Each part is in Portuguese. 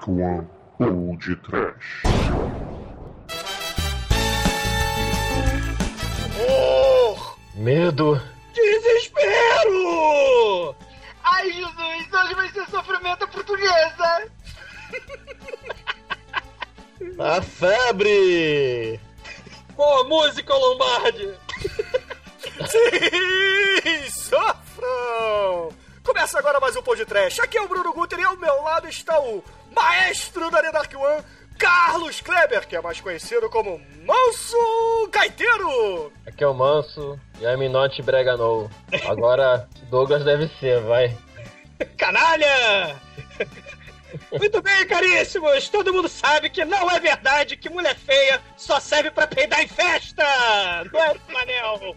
Dark One ou de Trash. Medo. Desespero! Ai, Jesus, hoje vai ser sofrimento portuguesa! A febre! Boa música, Lombardi! Sim, sofram! Começa agora mais um podcast. Aqui é o Bruno Guter e ao meu lado está o maestro da Dark One, Carlos Kleber, que é mais conhecido como Manso Gaiteiro. Aqui é o Manso e I'm not brega no. Agora Douglas deve ser, vai. Canalha! Muito bem, caríssimos! Todo mundo sabe que não é verdade que mulher feia só serve pra peidar em festa! Não é, Manel?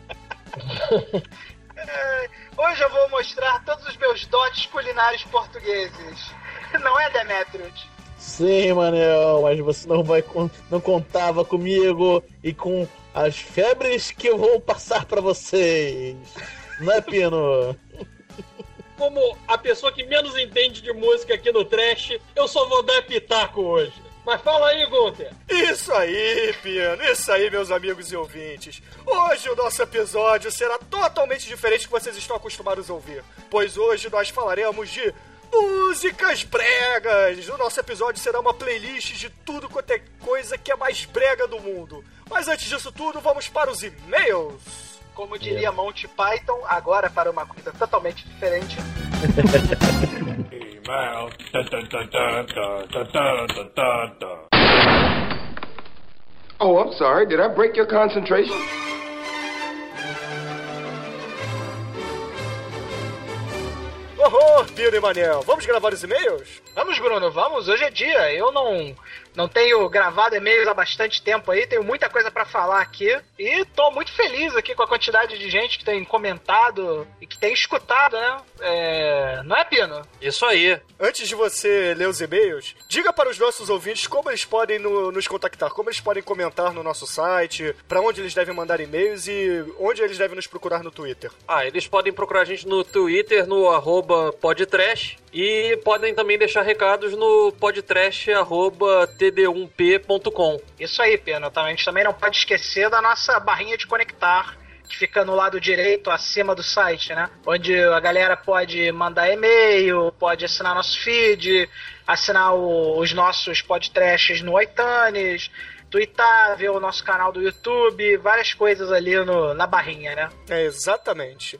Hoje eu vou mostrar todos os meus dotes culinários portugueses. Não é, Demetrius? Sim, Manel, mas você não contava comigo e com as febres que eu vou passar pra vocês. Não é, Pino? Como a pessoa que menos entende de música aqui no Trash, eu só vou dar pitaco hoje. Mas fala aí, Gunther. Isso aí, Pino, isso aí, meus amigos e ouvintes. Hoje o nosso episódio será totalmente diferente do que vocês estão acostumados a ouvir, pois hoje nós falaremos de músicas bregas. O nosso episódio será uma playlist de tudo quanto é coisa que é mais brega do mundo. Mas antes disso tudo, vamos para os e-mails. Como diria Monty Python, agora para uma coisa totalmente diferente. Email. Oh, I'm sorry. Did I break your concentration? Oh, Pino e Manel, vamos gravar os e-mails? Vamos, Bruno, vamos. Hoje é dia. Eu não tenho gravado e-mails há bastante tempo aí, tenho muita coisa pra falar aqui. E tô muito feliz aqui com a quantidade de gente que tem comentado e que tem escutado, né? Não é, Pino? Isso aí. Antes de você ler os e-mails, diga para os nossos ouvintes como eles podem nos contactar, como eles podem comentar no nosso site, pra onde eles devem mandar e-mails e onde eles devem nos procurar no Twitter. Eles podem procurar a gente no Twitter, no @podtrash, e podem também deixar recados no podtrash@td1p.com. Isso aí, Pino. A gente também não pode esquecer da nossa barrinha de conectar, que fica no lado direito, acima do site, né? Onde a galera pode mandar e-mail, pode assinar nosso feed, assinar os nossos podcasts no iTunes, twittar, ver o nosso canal do YouTube, várias coisas ali na barrinha, né? Exatamente.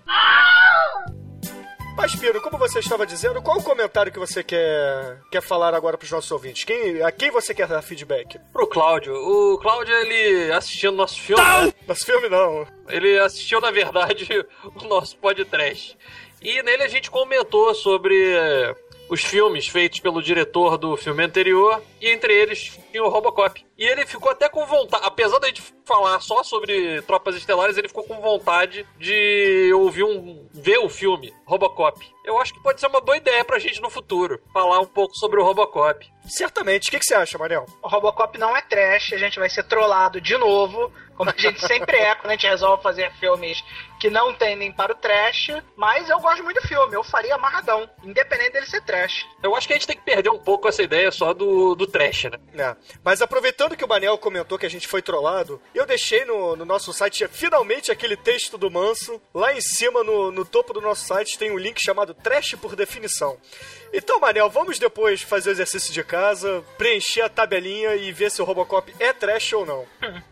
Mas, Pino, como você estava dizendo, qual o comentário que você quer falar agora para os nossos ouvintes? A quem você quer dar feedback? Pro Cláudio. O Cláudio, ele assistiu o nosso filme. Não! Nosso filme não. Ele assistiu, na verdade, o nosso podcast. E nele a gente comentou sobre os filmes feitos pelo diretor do filme anterior, e entre eles tinha o Robocop. E ele ficou até com vontade, apesar de a gente falar só sobre Tropas Estelares, ele ficou com vontade de ver o filme Robocop. Eu acho que pode ser uma boa ideia pra gente no futuro, falar um pouco sobre o Robocop. Certamente. O que você acha, Manel? O Robocop não é trash, a gente vai ser trollado de novo, como a gente sempre é quando a gente resolve fazer filmes que não tendem para o trash, mas eu gosto muito do filme, eu faria amarradão, independente dele ser trash. Eu acho que a gente tem que perder um pouco essa ideia só do trash, né? Mas aproveitando que o Manel comentou que a gente foi trollado, eu deixei no nosso site finalmente aquele texto do Manso. Lá em cima, no topo do nosso site, tem um link chamado Trash por Definição. Então, Manel, vamos depois fazer o exercício de casa, preencher a tabelinha e ver se o Robocop é trash ou não.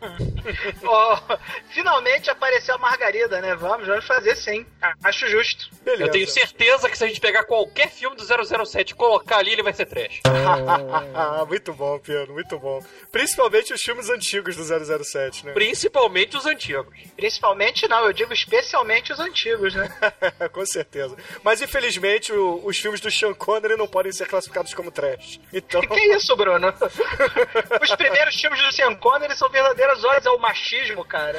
Finalmente apareceu a Margarida, né? Vamos fazer sim. Acho justo. Beleza. Eu tenho certeza que se a gente pegar qualquer filme do 007 e colocar ali, ele vai ser trash. Muito bom, Pedro, muito bom. Principalmente os filmes antigos do 007, né? Principalmente os antigos. Principalmente não, eu digo especialmente os antigos, né? Com certeza. Mas infelizmente os filmes do Sean Connery não podem ser classificados como trash. Então... Que isso, Bruno? Os primeiros filmes do Sean Connery são verdadeiras horas ao machismo, cara.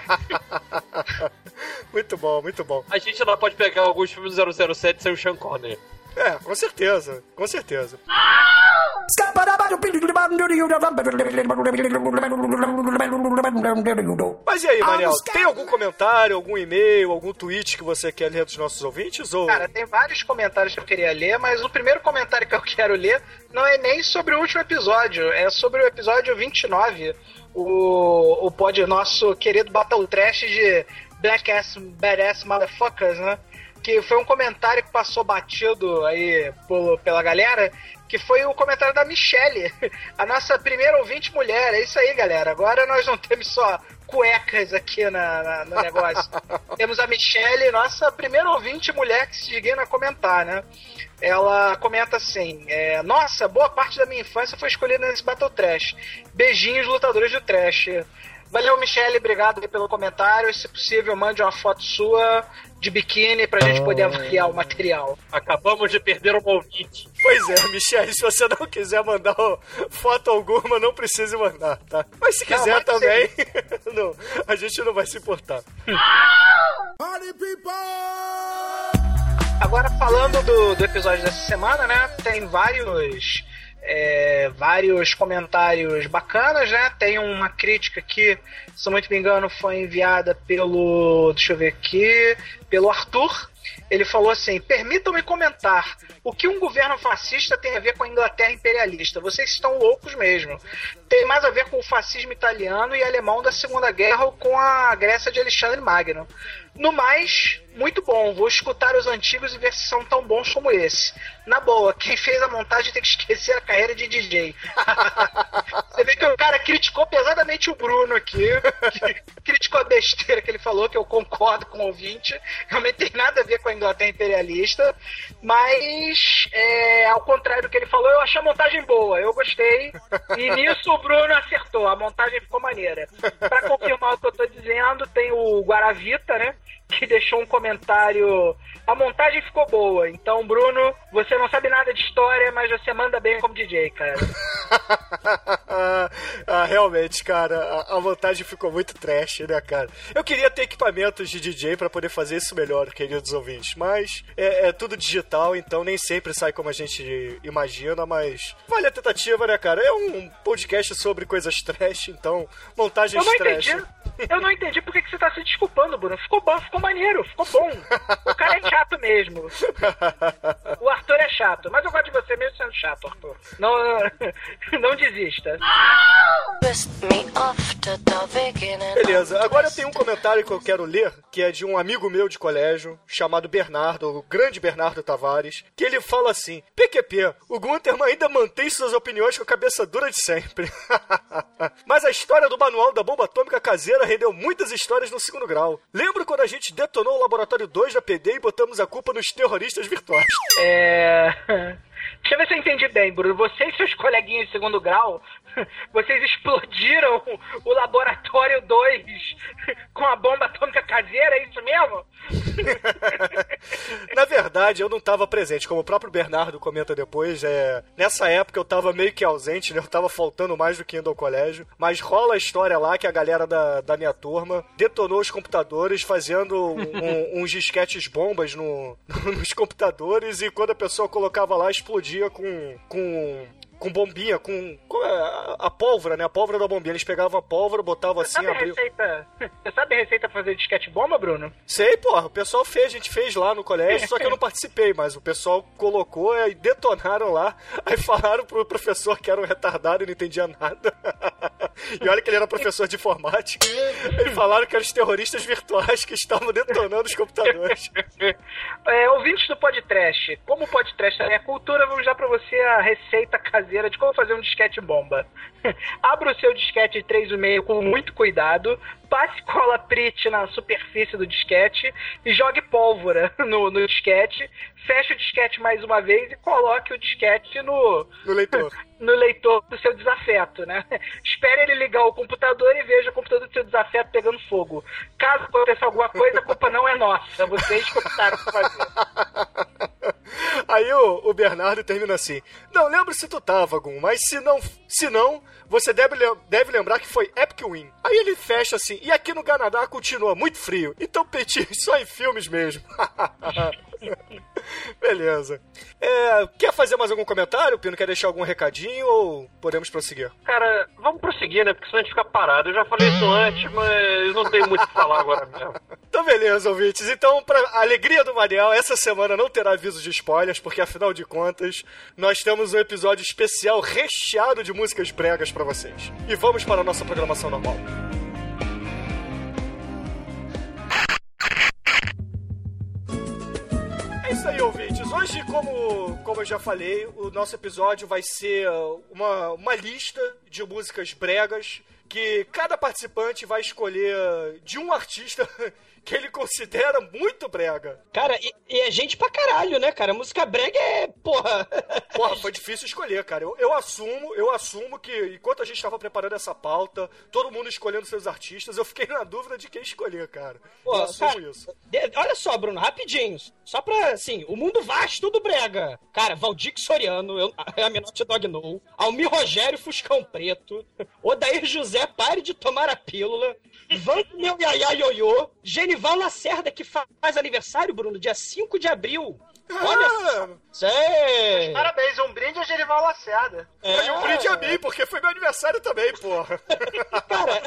Muito bom, muito bom. A gente não pode pegar alguns filmes do 007 sem o Sean Connery. Com certeza, com certeza. Mas e aí, Manel, tem algum comentário, algum e-mail, algum tweet que você quer ler dos nossos ouvintes? Ou... Cara, tem vários comentários que eu queria ler, mas o primeiro comentário que eu quero ler não é nem sobre o último episódio, é sobre o episódio 29, o nosso querido Battle Trash de Black Ass Badass Motherfuckers, né? Que foi um comentário que passou batido aí pela galera, que foi o comentário da Michelle, a nossa primeira ouvinte mulher. É isso aí, galera. Agora nós não temos só cuecas aqui no negócio. Temos a Michelle, nossa primeira ouvinte mulher que se digna a comentar, né? Ela comenta assim, nossa, boa parte da minha infância foi escolhida nesse Battle Trash. Beijinhos, lutadores do Trash. Valeu, Michelle, obrigado aí pelo comentário. Se possível, mande uma foto sua de biquíni pra gente poder avaliar o material. Acabamos de perder um ouvinte. Pois é, Michelle, se você não quiser mandar foto alguma, não precise mandar, tá? Mas se quiser também, não, a gente não vai se importar. Agora, falando do episódio dessa semana, né, tem vários comentários bacanas, né? Tem uma crítica que, se eu muito me engano, foi enviada pelo... Deixa eu ver aqui... Pelo Arthur. Ele falou assim: permitam-me comentar. O que um governo fascista tem a ver com a Inglaterra imperialista? Vocês estão loucos mesmo. Tem mais a ver com o fascismo italiano e alemão da Segunda Guerra ou com a Grécia de Alexandre Magno. No mais, muito bom. Vou escutar os antigos e ver se são tão bons como esse. Na boa, quem fez a montagem tem que esquecer a carreira de DJ. Você vê que o cara criticou pesadamente o Bruno aqui. Criticou a besteira que ele falou, que eu concordo com o ouvinte. Realmente tem nada a ver com a Inglaterra imperialista. Mas, ao contrário do que ele falou, eu achei a montagem boa. Eu gostei. E nisso o Bruno acertou. A montagem ficou maneira. Pra confirmar o que eu tô dizendo, tem o Guaravita, né? Que deixou um comentário. A montagem ficou boa. Então, Bruno, você não sabe nada de história, mas você manda bem como DJ, cara. Realmente, cara, a montagem ficou muito trash, né, cara? Eu queria ter equipamentos de DJ pra poder fazer isso melhor, queridos ouvintes, mas é tudo digital, então nem sempre sai como a gente imagina, mas vale a tentativa, né, cara? É um podcast sobre coisas trash, então montagens trash. Eu não entendi por que você tá se desculpando, Bruno. Ficou bom, ficou maneiro, ficou bom. O cara é chato mesmo. O Arthur é chato, mas eu gosto de você mesmo sendo chato, Arthur. Não desista. Beleza, agora tem um comentário que eu quero ler, que é de um amigo meu de colégio, chamado Bernardo, o grande Bernardo Tavares, que ele fala assim: PQP, o Gunter ainda mantém suas opiniões com a cabeça dura de sempre. Mas a história do manual da bomba atômica caseira rendeu muitas histórias no segundo grau. Lembro quando a gente detonou o laboratório 2 da PD e botamos a culpa nos terroristas virtuais. Deixa eu ver se eu entendi bem, Bruno. Você e seus coleguinhas de segundo grau, vocês explodiram o laboratório 2 com a bomba atômica caseira, é isso mesmo? Na verdade, eu não estava presente, como o próprio Bernardo comenta depois. Nessa época eu estava meio que ausente, né? Eu estava faltando mais do que indo ao colégio. Mas rola a história lá que a galera da minha turma detonou os computadores fazendo uns disquetes bombas nos computadores, e quando a pessoa colocava lá, explodia com bombinha, com a pólvora, né? A pólvora da bombinha. Eles pegavam a pólvora, botavam assim, abriam. Você sabe a receita pra fazer disquete bomba, Bruno? Sei, porra. O pessoal fez, a gente fez lá no colégio, só que eu não participei, mas o pessoal colocou e detonaram lá. Aí falaram pro professor que era um retardado e não entendia nada. E olha que ele era professor de informática. E falaram que eram os terroristas virtuais que estavam detonando os computadores. Ouvintes do podcast, como o podcast é cultura, vamos dar pra você a receita caseira de como fazer um disquete bomba. Abra o seu disquete de 3,5 com muito cuidado, passe cola Prit na superfície do disquete e jogue pólvora no disquete, feche o disquete mais uma vez e coloque o disquete no leitor. No leitor do seu desafeto, né? Espere ele ligar o computador e veja o computador do seu desafeto pegando fogo. Caso aconteça alguma coisa, a culpa não é nossa. Vocês que optaram por fazer. Aí o Bernardo termina assim: não lembro se tu tava, Gum, mas se não, você deve lembrar que foi Epic Win. Aí ele fecha assim: e aqui no Canadá continua muito frio, então petisco só em filmes mesmo. Beleza. Quer fazer mais algum comentário, Pino? Quer deixar algum recadinho ou podemos prosseguir? Cara, vamos prosseguir, né? Porque senão a gente fica parado. Eu já falei isso antes, mas não tem muito o que falar agora mesmo. Então beleza, ouvintes. Então, pra alegria do Manel, essa semana não terá aviso de spoilers, porque afinal de contas, nós temos um episódio especial recheado de músicas bregas pra vocês. E vamos para a nossa programação normal. É isso aí, ouvintes. Hoje, como eu já falei, o nosso episódio vai ser uma lista de músicas bregas que cada participante vai escolher de um artista que ele considera muito brega. Cara, e é gente pra caralho, né, cara? Música brega é, porra... Porra, foi difícil escolher, cara. Eu assumo que, enquanto a gente tava preparando essa pauta, todo mundo escolhendo seus artistas, eu fiquei na dúvida de quem escolher, cara. Porra, eu assumo cara, isso. Olha só, Bruno, rapidinho. Só pra, assim, o mundo vasto, tudo brega. Cara, Valdir Soriano, a Menotti Dog No, Almir Rogério, Fuscão Preto, Odair José, Pare de Tomar a Pílula, Vando Meu Yaya Ioiô, Genival Lacerda, que faz aniversário, Bruno, dia 5 de abril. Olha só. Sei. Parabéns, um brinde a Genival Lacerda. E um brinde a mim, porque foi meu aniversário também, porra. Cara.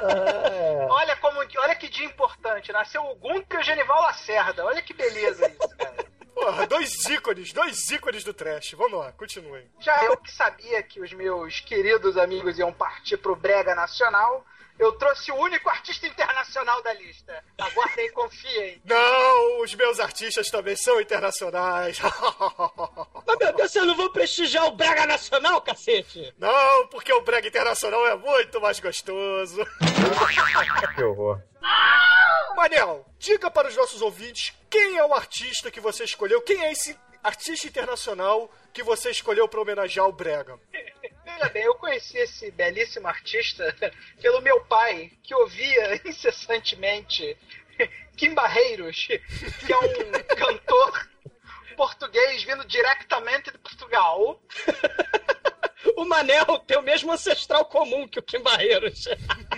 Olha que dia importante. Nasceu o Gunther e o Genival Lacerda. Olha que beleza isso, cara. Porra, dois ícones do trash. Vamos lá, continuem. Já eu que sabia que os meus queridos amigos iam partir pro Brega Nacional, eu trouxe o único artista internacional da lista. Aguardem e confiem. Não, os meus artistas também são internacionais. Mas, meu Deus, vocês não vão prestigiar o Brega Nacional, cacete? Não, porque o Brega Internacional é muito mais gostoso. Que horror. Manel, diga para os nossos ouvintes quem é o artista que você escolheu, quem é esse artista internacional que você escolheu para homenagear o Brega. Veja bem, eu conheci esse belíssimo artista pelo meu pai, que ouvia incessantemente Kim Barreiros, que é um cantor português vindo diretamente de Portugal. O Manel tem o mesmo ancestral comum que o Kim Barreiros.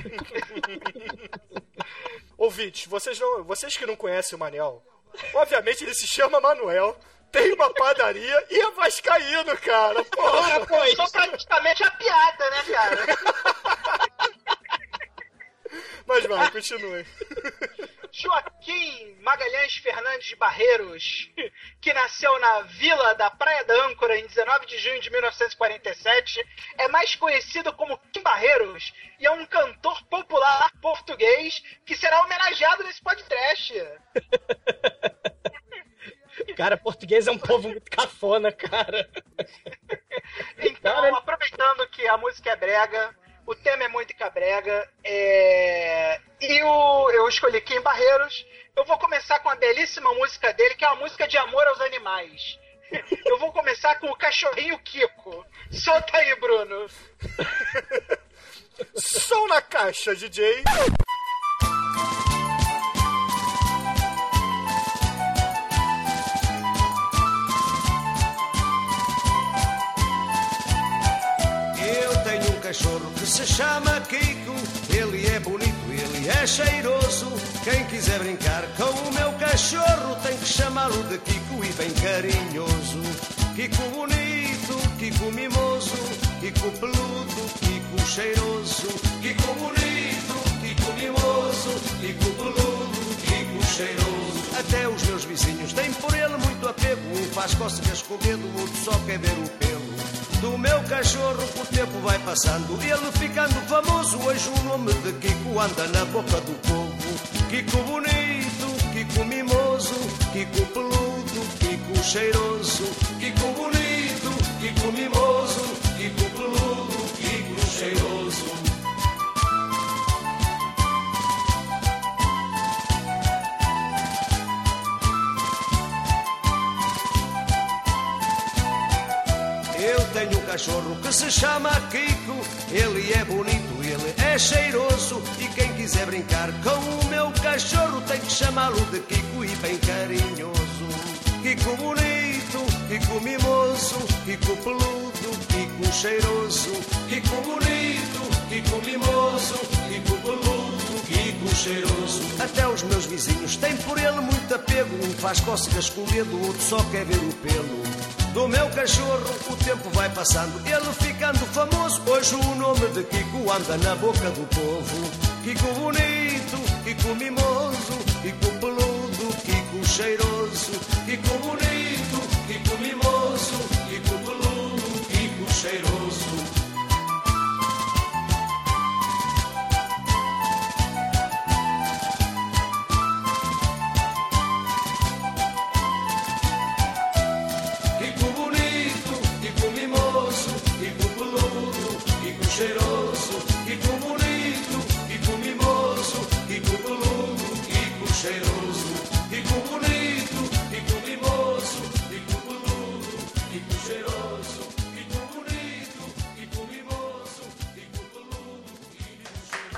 Ouvintes, vocês que não conhecem o Manel, obviamente ele se chama Manuel, tem uma padaria e é vascaíno, cara. Porra, pois. Só praticamente a piada, né, cara? Mas vai, continue. Joaquim Magalhães Fernandes de Barreiros, que nasceu na Vila da Praia da Âncora em 19 de junho de 1947, é mais conhecido como Kim Barreiros e é um cantor popular português que será homenageado nesse podcast. Cara, português é um povo muito cafona, cara. Então, aproveitando que a música é brega, o tema é muito cabrega, eu escolhi Kim Barreiros. Eu vou começar com a belíssima música dele, que é uma música de amor aos animais. Eu vou começar com o cachorrinho Kiko. Solta aí, Bruno. Som na caixa, DJ. Cachorro que se chama Kiko, ele é bonito, ele é cheiroso. Quem quiser brincar com o meu cachorro tem que chamá-lo de Kiko e bem carinhoso. Kiko bonito, Kiko mimoso, Kiko peludo, Kiko cheiroso. Kiko bonito, Kiko mimoso, Kiko peludo, Kiko cheiroso. Até os meus vizinhos têm por ele muito apego. Um faz cócegas com o dedo, o outro só quer ver o pelo do meu cachorro. O tempo vai passando, ele ficando famoso. Hoje o nome de Kiko anda na boca do povo. Kiko bonito, Kiko mimoso, Kiko peludo, Kiko cheiroso. Kiko bonito, Kiko mimoso, Kiko peludo, Kiko cheiroso. Eu tenho um cachorro que se chama Kiko, ele é bonito, ele é cheiroso. E quem quiser brincar com o meu cachorro tem que chamá-lo de Kiko e bem carinhoso. Kiko bonito, Kiko mimoso, Kiko peludo, Kiko cheiroso. Kiko bonito, Kiko mimoso, Kiko peludo, Kiko cheiroso. Até os meus vizinhos têm por ele muito apego, um faz cócegas com o dedo, o outro só quer ver o pelo do meu cachorro. O tempo vai passando, ele ficando famoso. Hoje o nome de Kiko anda na boca do povo. Kiko bonito, Kiko mimoso, Kiko peludo, Kiko cheiroso. Kiko bonito, Kiko mimoso, Kiko peludo, Kiko cheiroso. Cheiroso, Kiko bonito, Kiko mimoso, Kiko peludo, Kiko cheiroso. Kiko bonito, Kiko mimoso, Kiko peludo, Kiko cheiroso. Kiko bonito, Kiko mimoso, Kiko peludo, Kiko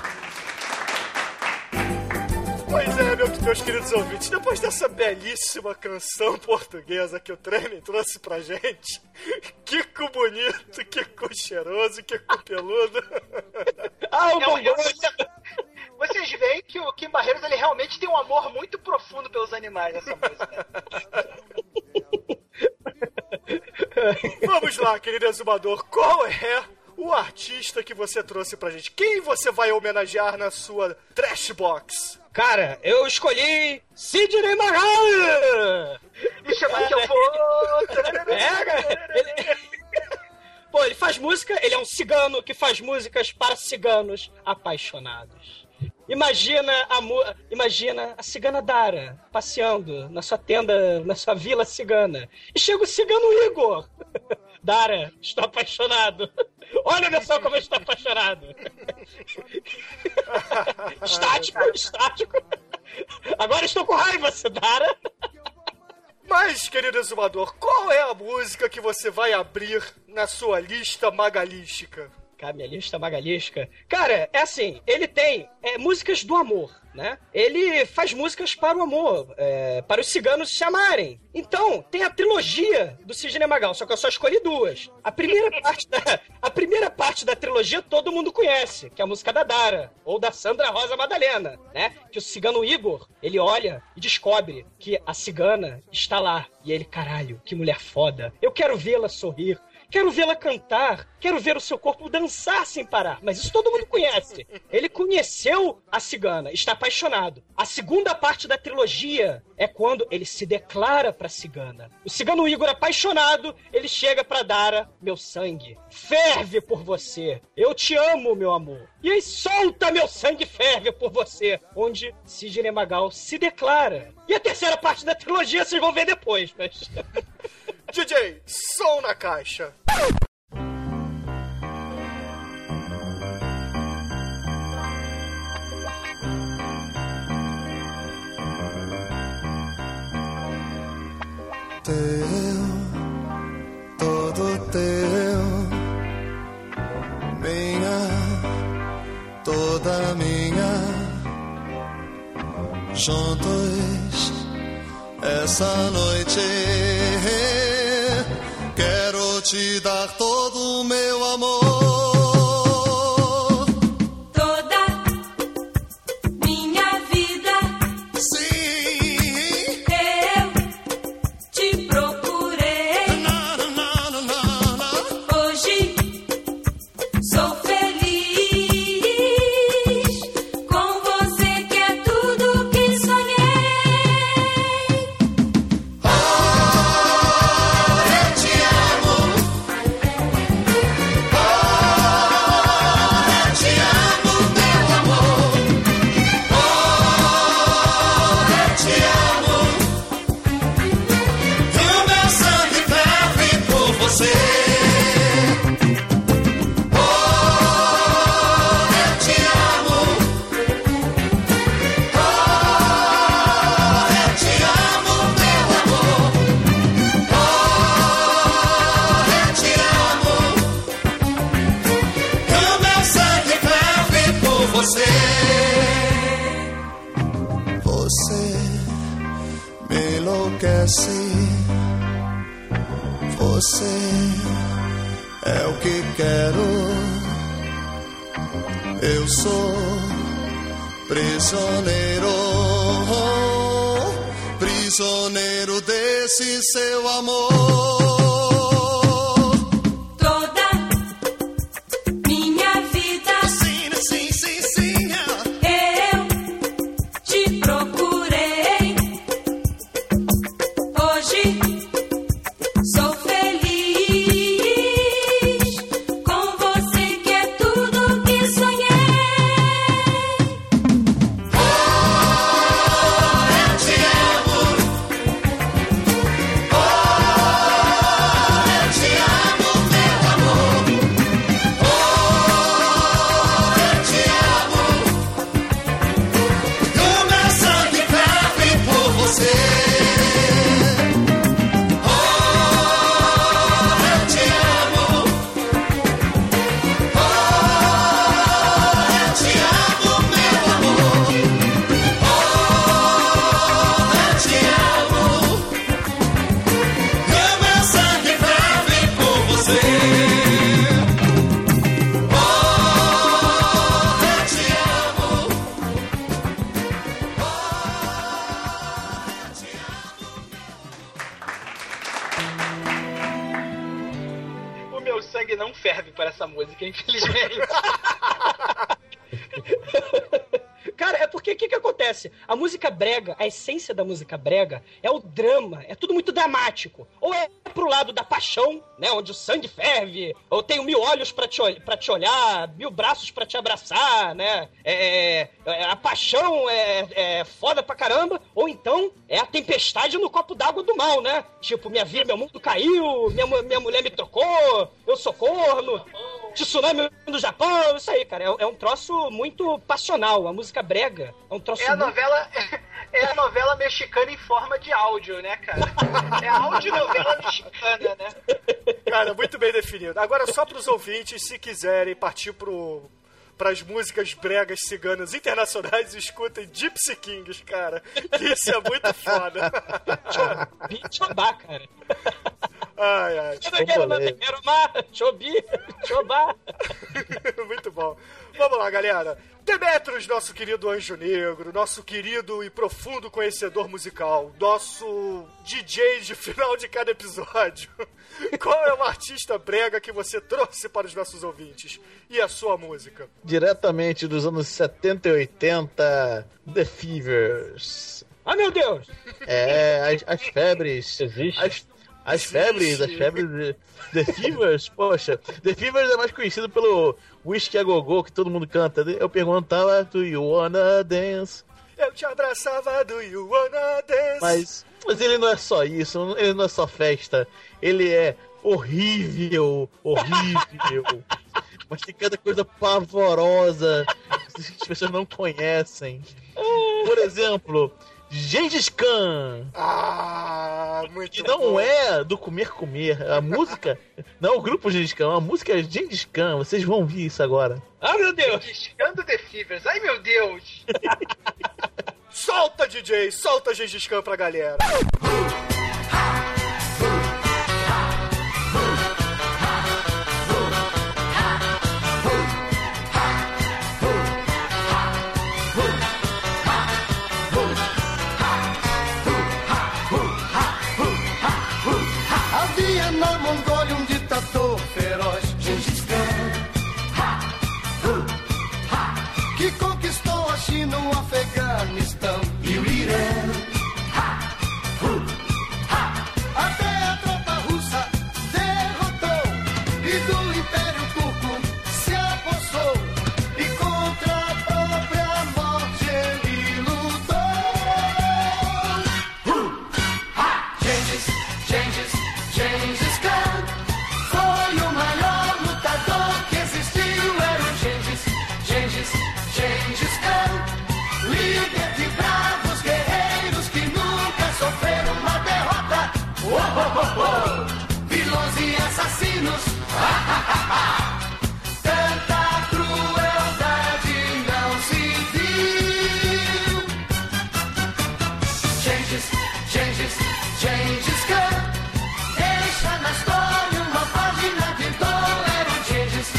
cheiroso. Pois é, meus queridos ouvintes, depois dessa belíssima canção portuguesa que o Treme trouxe pra gente, Kiko bonito, Kiko cheiroso, Kiko peludo. Vocês veem que o Kim Barreiros ele realmente tem um amor muito profundo pelos animais nessa música. Vamos lá, querido exumador, qual é o artista que você trouxe pra gente? Quem você vai homenagear na sua Trash Box? Cara, eu escolhi Sidney Magal! Me chamar que eu vou... Pô, ele faz música, ele é um cigano que faz músicas para ciganos apaixonados. Imagina a cigana Dara passeando na sua tenda, na sua vila cigana. E chega o cigano Igor. Dara, estou apaixonado. Olha só como eu estou apaixonado. Estático. Agora estou com raiva, Dara. Mas, querido exumador, qual é a música que você vai abrir na sua lista magalística? Cara, minha lista magalística. Cara, é assim, ele tem músicas do amor, né? Ele faz músicas para o amor, para os ciganos se amarem. Então, tem a trilogia do Sidney Magal, só que eu só escolhi duas. A primeira parte da trilogia todo mundo conhece, que é a música da Dara, ou da Sandra Rosa Madalena, né? Que o cigano Igor, ele olha e descobre que a cigana está lá. E ele, caralho, que mulher foda. Eu quero vê-la sorrir. Quero vê-la cantar, quero ver o seu corpo dançar sem parar. Mas isso todo mundo conhece. Ele conheceu a cigana, está apaixonado. A segunda parte da trilogia é quando ele se declara pra cigana. O cigano Igor, apaixonado, ele chega pra Dara: meu sangue ferve por você. Eu te amo, meu amor. E aí solta meu sangue ferve por você. Onde Sidney Magal se declara. E a terceira parte da trilogia vocês vão ver depois, mas... DJ, som na caixa. Teu, todo teu, minha, toda minha, juntos essa noite. Quero te dar todo o meu amor. Toda minha vida. Sim. Eu te procurei. Hoje sou feliz. Com você que é tudo que sonhei. Você é o que quero. Eu sou prisioneiro, prisioneiro desse seu amor. Toda minha vida Sim, sim, sim, sim. eu te procurei. Hoje sou feliz com você, que é tudo que sonhei. O meu sangue não ferve para essa música, infelizmente. Cara, é porque o que acontece? A música brega, a essência da música brega é o drama, é tudo muito dramático. Ou é pro lado da paixão, né, onde o sangue ferve, ou tenho 1000 olhos pra te olhar, 1000 braços pra te abraçar, né? A paixão é foda pra caramba, ou então é a tempestade no copo d'água do mal, né? Tipo, meu mundo caiu, minha mulher me trocou, eu sou corno, tsunami no Japão, isso aí, cara. É um troço muito passional. A música brega é um troço É a novela mexicana em forma de áudio, né, cara? É a audionovela mexicana, né? Cara, muito bem definido. Agora, só pros ouvintes, se quiserem partir pras músicas bregas ciganas internacionais, escutem Gypsy Kings, cara. Isso é muito foda. Chobá, cara. Ai, ai. Quero mar, chobi, chobá. Muito bom. Vamos lá, galera. Demetrius, nosso querido anjo negro, nosso querido e profundo conhecedor musical, nosso DJ de final de cada episódio. Qual é o artista brega que você trouxe para os nossos ouvintes? E a sua música? Diretamente dos anos 70 e 80, The Fevers. Ah, meu Deus! As febres. Existe? As febres. The Fevers, poxa. The Fevers é mais conhecido pelo Whisky a Gogô, que todo mundo canta. Eu perguntava, do you wanna dance? Eu te abraçava, do you wanna dance? Mas ele não é só isso, ele não é só festa. Ele é horrível. Mas tem cada coisa pavorosa que as pessoas não conhecem. Por exemplo, Gengis Khan. Ah, muito Que não bom. é do Comer. A música, não o grupo Gengis Khan, a música é Gengis Khan. Vocês vão ouvir isso agora. Ah, meu Deus! Discando The Fevers. Ai, meu Deus! Solta, DJ! Solta Gengis Khan pra galera! Havia na Mongólia um ditador feroz, Gengis Khan, que conquistou a China, o Afeganistão e o Irã. Até a tropa russa derrotou e do Império Turco se apossou. E contra a própria morte ele lutou. Gengis Khan foi o maior lutador que existiu. Era o Gengis Khan, líder de bravos guerreiros que nunca sofreram uma derrota. Vilões e assassinos, tanta crueldade não se viu. Gengis Khan deixa na história uma página de dor. Era o Gengis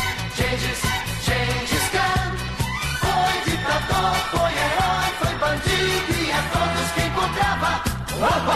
Khan. Foi ditador, foi herói, foi bandido e a todos que encontrava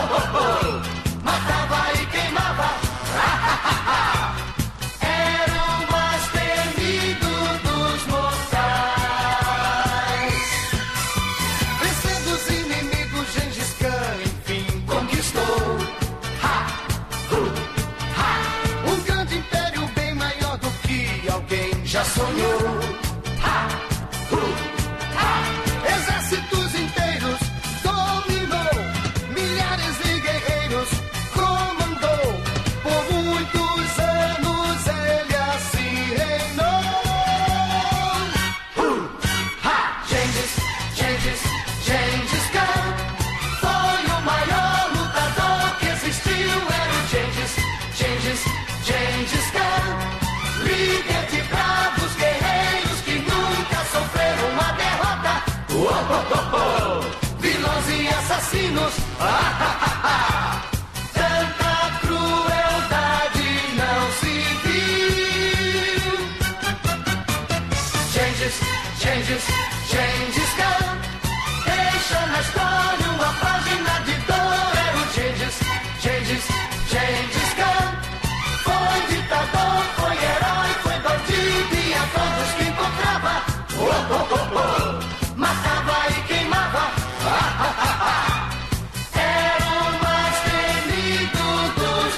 assassinos. Tanta crueldade não se viu. Changes, changes, changes come. Deixa na história uma página de dor. É o changes, changes, changes come. Foi ditador, foi herói, foi bandido e a todos que encontrava. Matava e queimava. Era o mais temido dos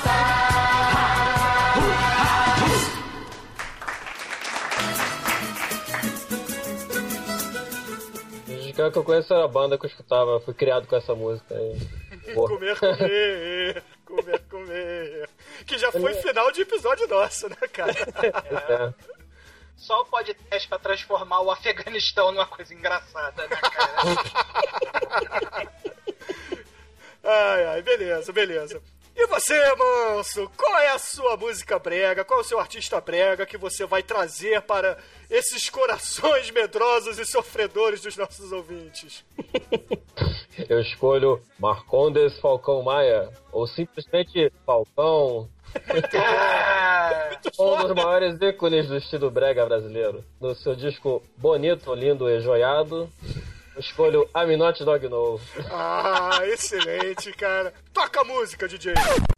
Musical que eu conheço era a banda que eu escutava, fui criado com essa música aí. Comer, comer, comer, comer. Que já foi final de episódio nosso, né, cara? É. Só o podcast pra transformar o Afeganistão numa coisa engraçada, né, cara? Ai, beleza, beleza. E você, Manso, qual é a sua música brega? Qual é o seu artista brega que você vai trazer para esses corações medrosos e sofredores dos nossos ouvintes? Eu escolho Marcondes Falcão Maia, ou simplesmente Falcão. Um dos maiores ícones do estilo brega brasileiro. No seu disco Bonito, Lindo e Joiado, eu escolho I'm Not Dog No. Ah, excelente, cara. Toca a música, DJ.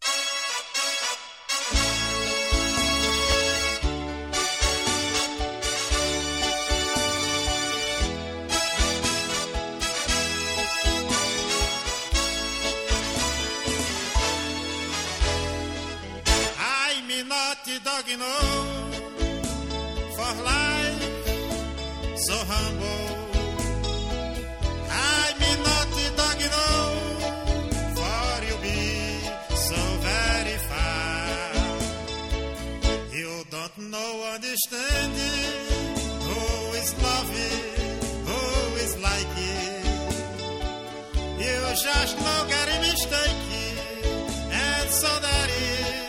Dog no, for life so humble. I'm not dog no, for you be so very far. You don't know understand it. Who is love it? Who is like it? You just know get a mistake, and so that is.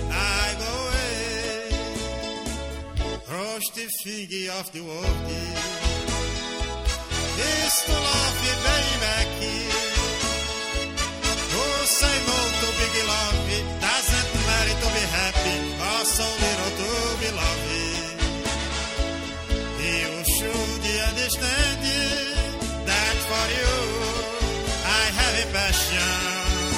Cross the finger of the world. Is to love you, baby. Who say no to big love? Doesn't matter to be happy, or so little to be loved. You should understand that for you I have a passion.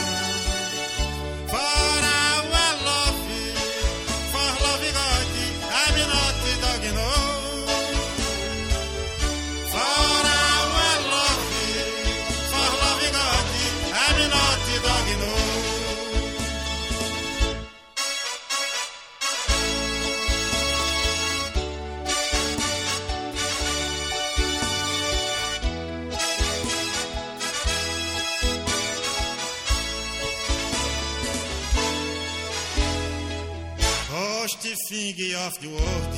The finger of the world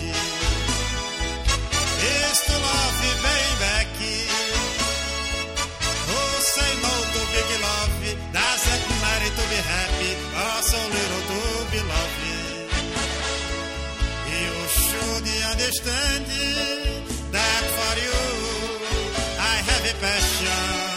is to love you, baby. Who say no to big love? Doesn't matter to be happy, or so little to be loved. You should understand that for you I have a passion.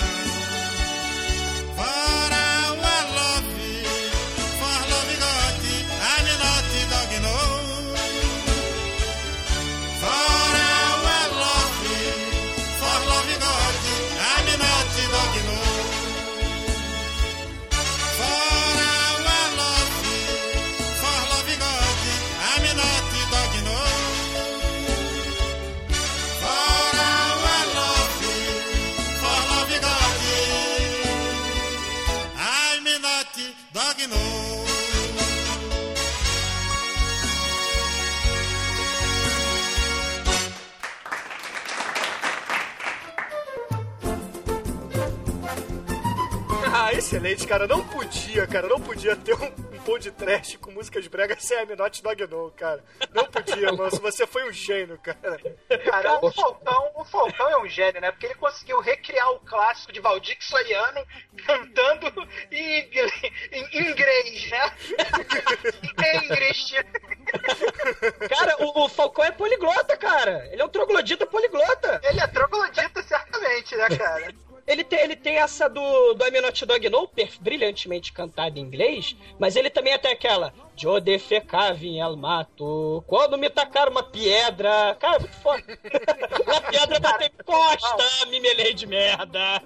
Excelente, cara. Não podia ter um pão de trash com músicas bregas sem I'm Not Dog No, cara. Não podia, Manso. Você foi um gênio, cara. Cara, o Falcão é um gênio, né? Porque ele conseguiu recriar o clássico de Valdir Soriano cantando em inglês, né? Em inglês. Cara, o Falcão é poliglota, cara. Ele é um troglodita poliglota. Ele é troglodita, certamente, né, cara? Ele tem essa do I'm Not Dog No, brilhantemente cantada em inglês, mas ele também tem aquela Eu defecava em El Mato, quando me tacaram uma pedra. Cara, é muito foda. A pedra bateu costa, me melei de merda.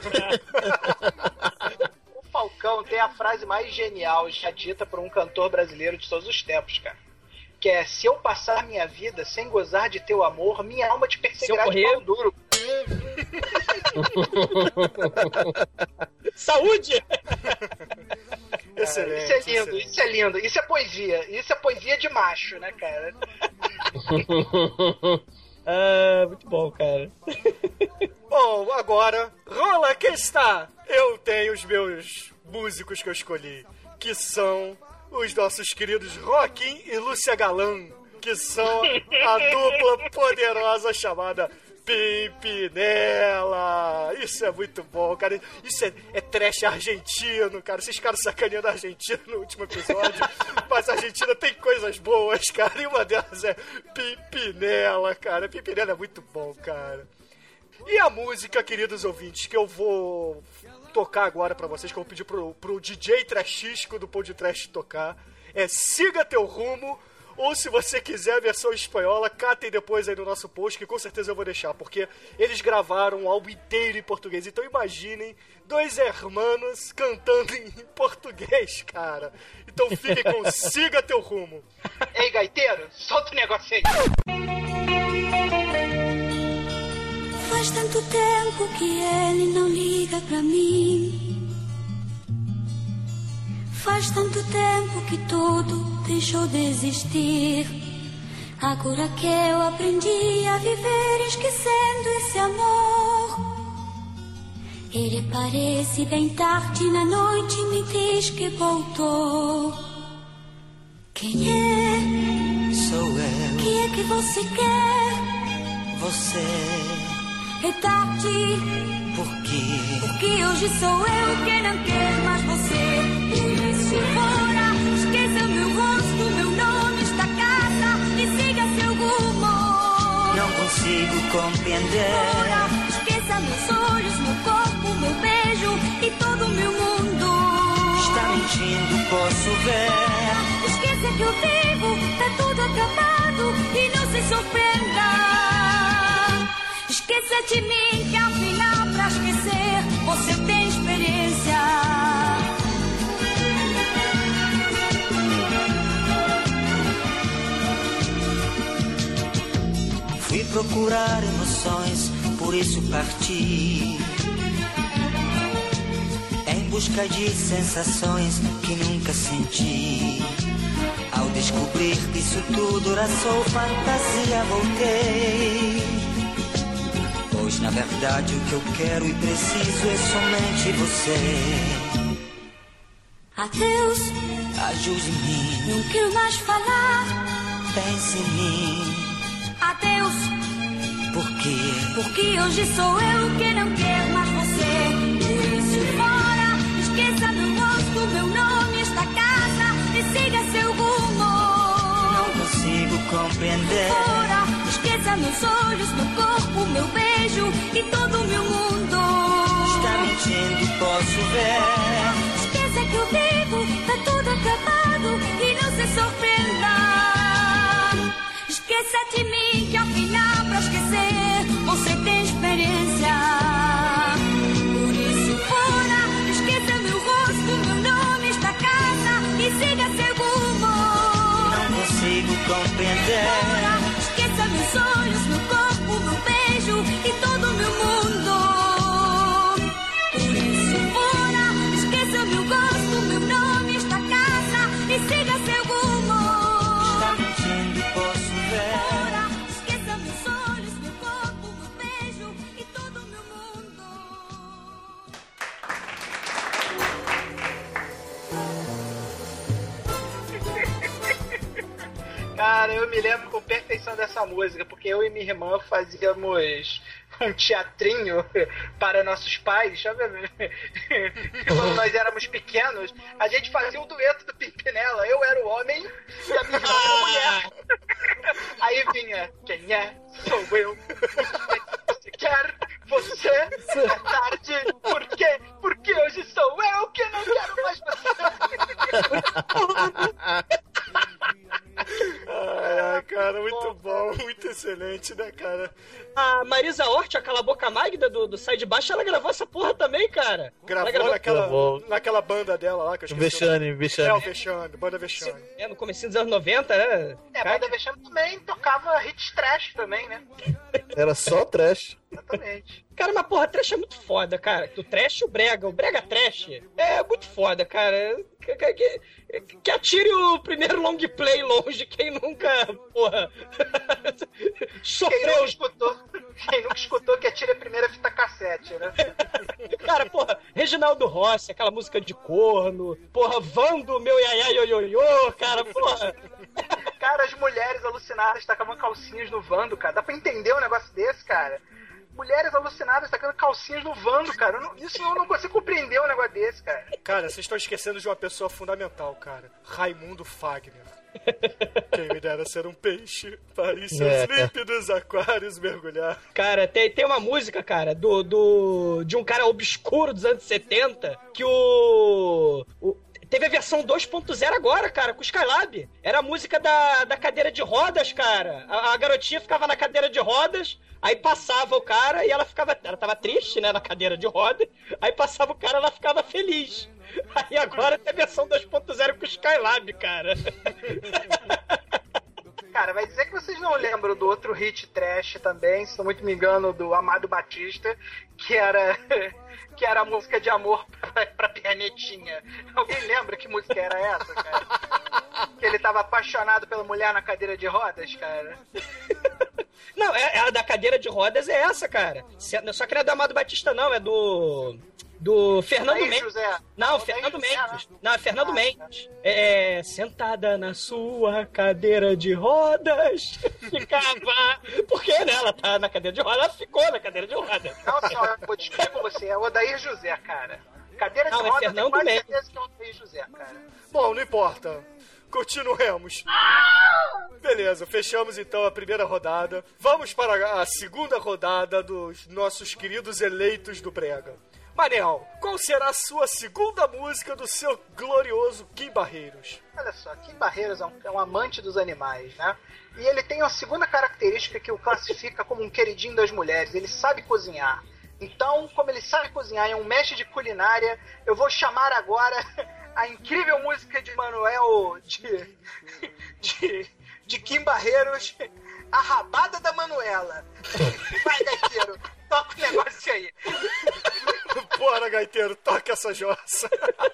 O Falcão tem a frase mais genial já dita por um cantor brasileiro de todos os tempos, cara. Que é, se eu passar minha vida sem gozar de teu amor, minha alma te perseguirá de pau duro. Saúde! Excelente. Isso é lindo. Isso é poesia. Isso é poesia de macho, né, cara? Muito bom, cara. Bom, agora, rola que está! Eu tenho os meus músicos que eu escolhi, que são os nossos queridos Joaquim e Lúcia Galan, que são a dupla poderosa chamada Pimpinela. Isso é muito bom, cara. Isso é trash argentino, cara. Esses caras sacaneando a Argentina no último episódio. Mas a Argentina tem coisas boas, cara. E uma delas é Pimpinela, cara. Pimpinela é muito bom, cara. E a música, queridos ouvintes, que eu vou tocar agora pra vocês, que eu vou pedir pro DJ Trashisco do Pão de Trash tocar, é Siga Teu Rumo. Ou se você quiser a versão espanhola, catem depois aí no nosso post, que com certeza eu vou deixar, porque eles gravaram um álbum inteiro em português. Então imaginem dois hermanos cantando em português, cara. Então fiquem com Siga Teu Rumo. Ei, gaiteiro, solta o negócio aí. Faz tanto tempo que ele não liga pra mim. Faz tanto tempo que tudo deixou de existir. Agora que eu aprendi a viver esquecendo esse amor. Ele aparece bem tarde na noite e me diz que voltou. Quem é? Sou eu. O que é que você quer? Você. É tarde. Por quê? Porque hoje sou eu que não quero mais você. Por isso fora, esqueça meu rosto, meu nome, esta casa e siga seu rumo. Não consigo compreender. Fora, esqueça meus olhos, meu corpo, meu beijo e todo o meu mundo. Está mentindo, posso ver. Esqueça que eu vivo, tá tudo acabado e não se surpreenda. Esqueça de mim que afinal pra esquecer você tem experiência. Fui procurar emoções, por isso parti em busca de sensações que nunca senti. Ao descobrir que isso tudo era só fantasia, voltei. Pois na verdade o que eu quero e preciso é somente você. Adeus, ajude-me. Não quero mais falar. Pense em mim. Adeus. Por quê? Porque hoje sou eu que não quero mais você. Por isso fora, esqueça meu rosto, meu nome, esta casa e siga seu rumo. Não consigo compreender. Fora, esqueça meus olhos, meu corpo, meu beijo e todo o meu mundo. Está mentindo, posso ver. Esqueça que eu vivo, tá tudo acabado e não se surpreenda. Esqueça de mim que afinal pra esquecer você tem experiência. Por isso fora, esqueça meu rosto, meu nome, esta casa e siga seu rumo. Não consigo compreender. Fora, esqueça meus olhos, meu corpo, meu beijo e todo o meu mundo. Por isso fora, esqueça meu gosto, meu nome, esta casa e siga seu rumo. Está mentindo, posso ver. Fora, esqueça meus olhos, meu corpo, meu beijo e todo o meu mundo. Cara, eu me lembro com perfeição dessa música, porque eu e minha irmã fazíamos um teatrinho para nossos pais. Quando nós éramos pequenos, a gente fazia o dueto do Pimpinela. Eu era o homem e a minha irmã era a mulher. Aí vinha, quem é? Sou eu. O que você quer? Você é tarde. Por quê? Porque hoje sou eu que não quero mais você. Ai, cara, muito bom, muito excelente, né, cara? A Marisa Hort, aquela boca magda do Sai de Baixo, ela gravou essa porra também, cara. Gravou naquela banda dela lá, que eu esqueci. Vexame. É, o Vexame, banda Vexame. No comecinho dos anos 90, né? A banda Vexame também tocava hits trash também, né? Era só trash. Exatamente. Cara, mas porra, trash é muito foda, cara. O trash e o brega trash é muito foda, cara. Que atire o primeiro long play longe, quem nunca, porra, sofreu. Quem nunca escutou que atire a primeira fita cassete, né? Cara, porra, Reginaldo Rossi, aquela música de corno, porra, Vando, meu iaiá ioiô, cara, porra. Cara, as mulheres alucinadas tacavam calcinhas no Vando, cara. Dá pra entender um negócio desse, cara? Mulheres alucinadas tacando calcinhas no Vando, cara. Eu não consigo compreender um negócio desse, cara. Cara, vocês estão esquecendo de uma pessoa fundamental, cara. Raimundo Fagner. Quem me dera ser um peixe para em seus límpidos aquários mergulhar. Cara, tem uma música, cara, de um cara obscuro dos anos 70 que teve a versão 2.0 agora, cara, com o Skylab. Era a música da cadeira de rodas, cara. A garotinha ficava na cadeira de rodas, aí passava o cara e ela tava triste, né, na cadeira de rodas. Aí passava o cara e ela ficava feliz. Aí agora tem a versão 2.0 com o Skylab, cara. Cara, vai dizer que vocês não lembram do outro hit trash também, se não muito me engano, do Amado Batista, que era a música de amor pra Pianetinha. Alguém lembra que música era essa, cara? Que ele tava apaixonado pela mulher na cadeira de rodas, cara? Não, a da cadeira de rodas é essa, cara. Só que não é do Amado Batista, não, é do Fernando Mendes. José. Não, Fernando Mendes. Não, é Fernando Mendes. Sentada na sua cadeira de rodas. Ficava. Por quê, né? Ela tá na cadeira de rodas, ela ficou na cadeira de rodas. Não, só, eu vou discutir com você. É o Odair José, cara. Cadeira de rodas, é Fernando tem Mendes. certeza que é o Odair José, cara. Bom, não importa. Continuemos. Beleza, fechamos então a primeira rodada. Vamos para a segunda rodada dos nossos queridos eleitos do Brega. Manel, qual será a sua segunda música do seu glorioso Kim Barreiros? Olha só, Kim Barreiros é um amante dos animais, né? E ele tem uma segunda característica que o classifica como um queridinho das mulheres. Ele sabe cozinhar. Então, como ele sabe cozinhar, é um mestre de culinária, eu vou chamar agora a incrível música de Manuel de Kim Barreiros, A Rabada da Manuela. Vai, gaiteiro, toca o negócio aí. Bora, gaiteiro, toca essa jossa.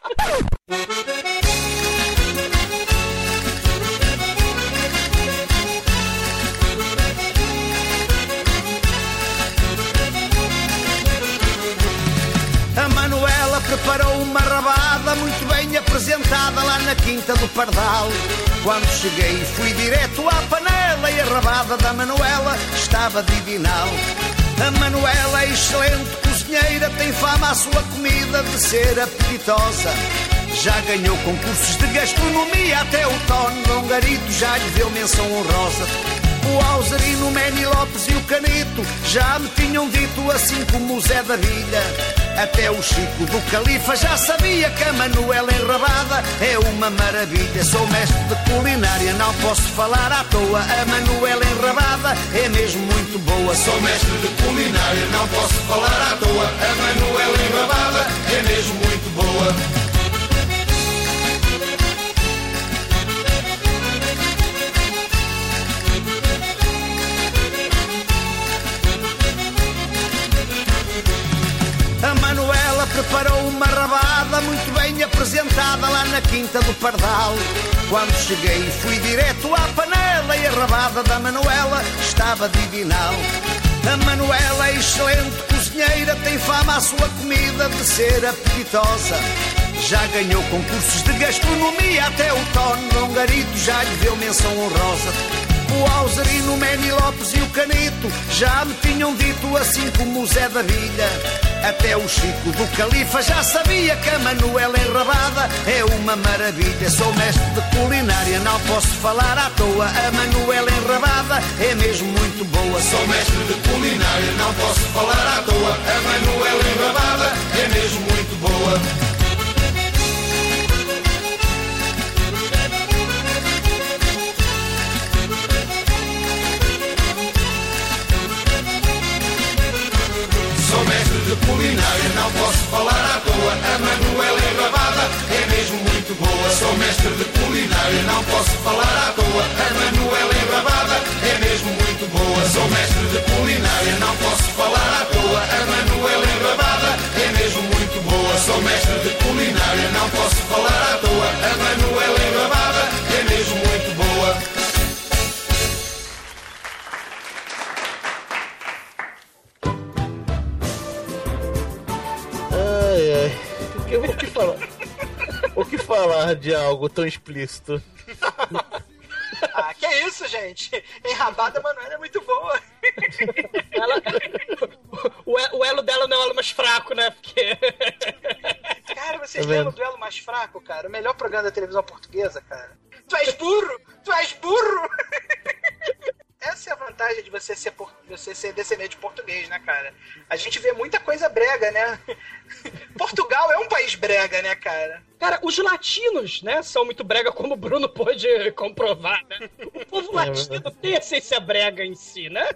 A Manuela preparou uma rabada muito bem apresentada lá na Quinta do Pardal. Quando cheguei fui direto à panela e a rabada da Manuela estava divinal. A Manuela é excelente cozinheira, tem fama a sua comida de ser apetitosa. Já ganhou concursos de gastronomia, até o Tony Longarito já lhe deu menção honrosa. O Alzerino, o Manny Lopes e o Canito já me tinham dito, assim como o Zé da Vilha. Até o Chico do Califa já sabia que a Manuela enrabada é uma maravilha. Sou mestre de culinária, não posso falar à toa. A Manuela enrabada é mesmo muito boa. Sou mestre de culinária, não posso falar à toa. A Manuela enrabada é mesmo muito boa. A Manuela preparou uma rabada muito bem apresentada lá na Quinta do Pardal. Quando cheguei fui direto à panela e a rabada da Manuela estava divinal. A Manuela é excelente cozinheira, tem fama a sua comida de ser apetitosa. Já ganhou concursos de gastronomia, até o Tony Longarito já lhe deu menção honrosa. O Alzerino, o Manny Lopes e o Canito já me tinham dito, assim como o Zé da Vilha. Até o Chico do Califa já sabia que a Manuela enrabada é uma maravilha. Sou mestre de culinária, não posso falar à toa. A Manuela enrabada é mesmo muito boa. Sou mestre de culinária, não posso falar à toa. A Manuela enrabada é mesmo muito boa. Sou mestre de culinária, não posso falar à toa. A Manuela enrabada é mesmo muito boa. Sou mestre de culinária, não posso falar à toa. A Manuela enrabada é mesmo muito boa. Sou mestre de culinária, não posso falar à toa. A Manuela enrabada é mesmo muito boa. Sou mestre de culinária, não posso falar à toa. A Manuela enrabada é mesmo muito boa. O que falar de algo tão explícito? Ah, que isso, gente? Enrabada Manuela é muito boa. O elo dela não é o elo mais fraco, né? Porque... Cara, vocês lembram do Elo Mais Fraco, cara? O melhor programa da televisão portuguesa, cara. Tu és burro! Tu és burro! Essa é a vantagem de você ser descendente de português, né, cara? A gente vê muita coisa brega, né? Portugal é um país brega, né, cara? Cara, os latinos, né, são muito brega, como o Bruno pôde comprovar, né? O povo latino tem essência brega em si, né?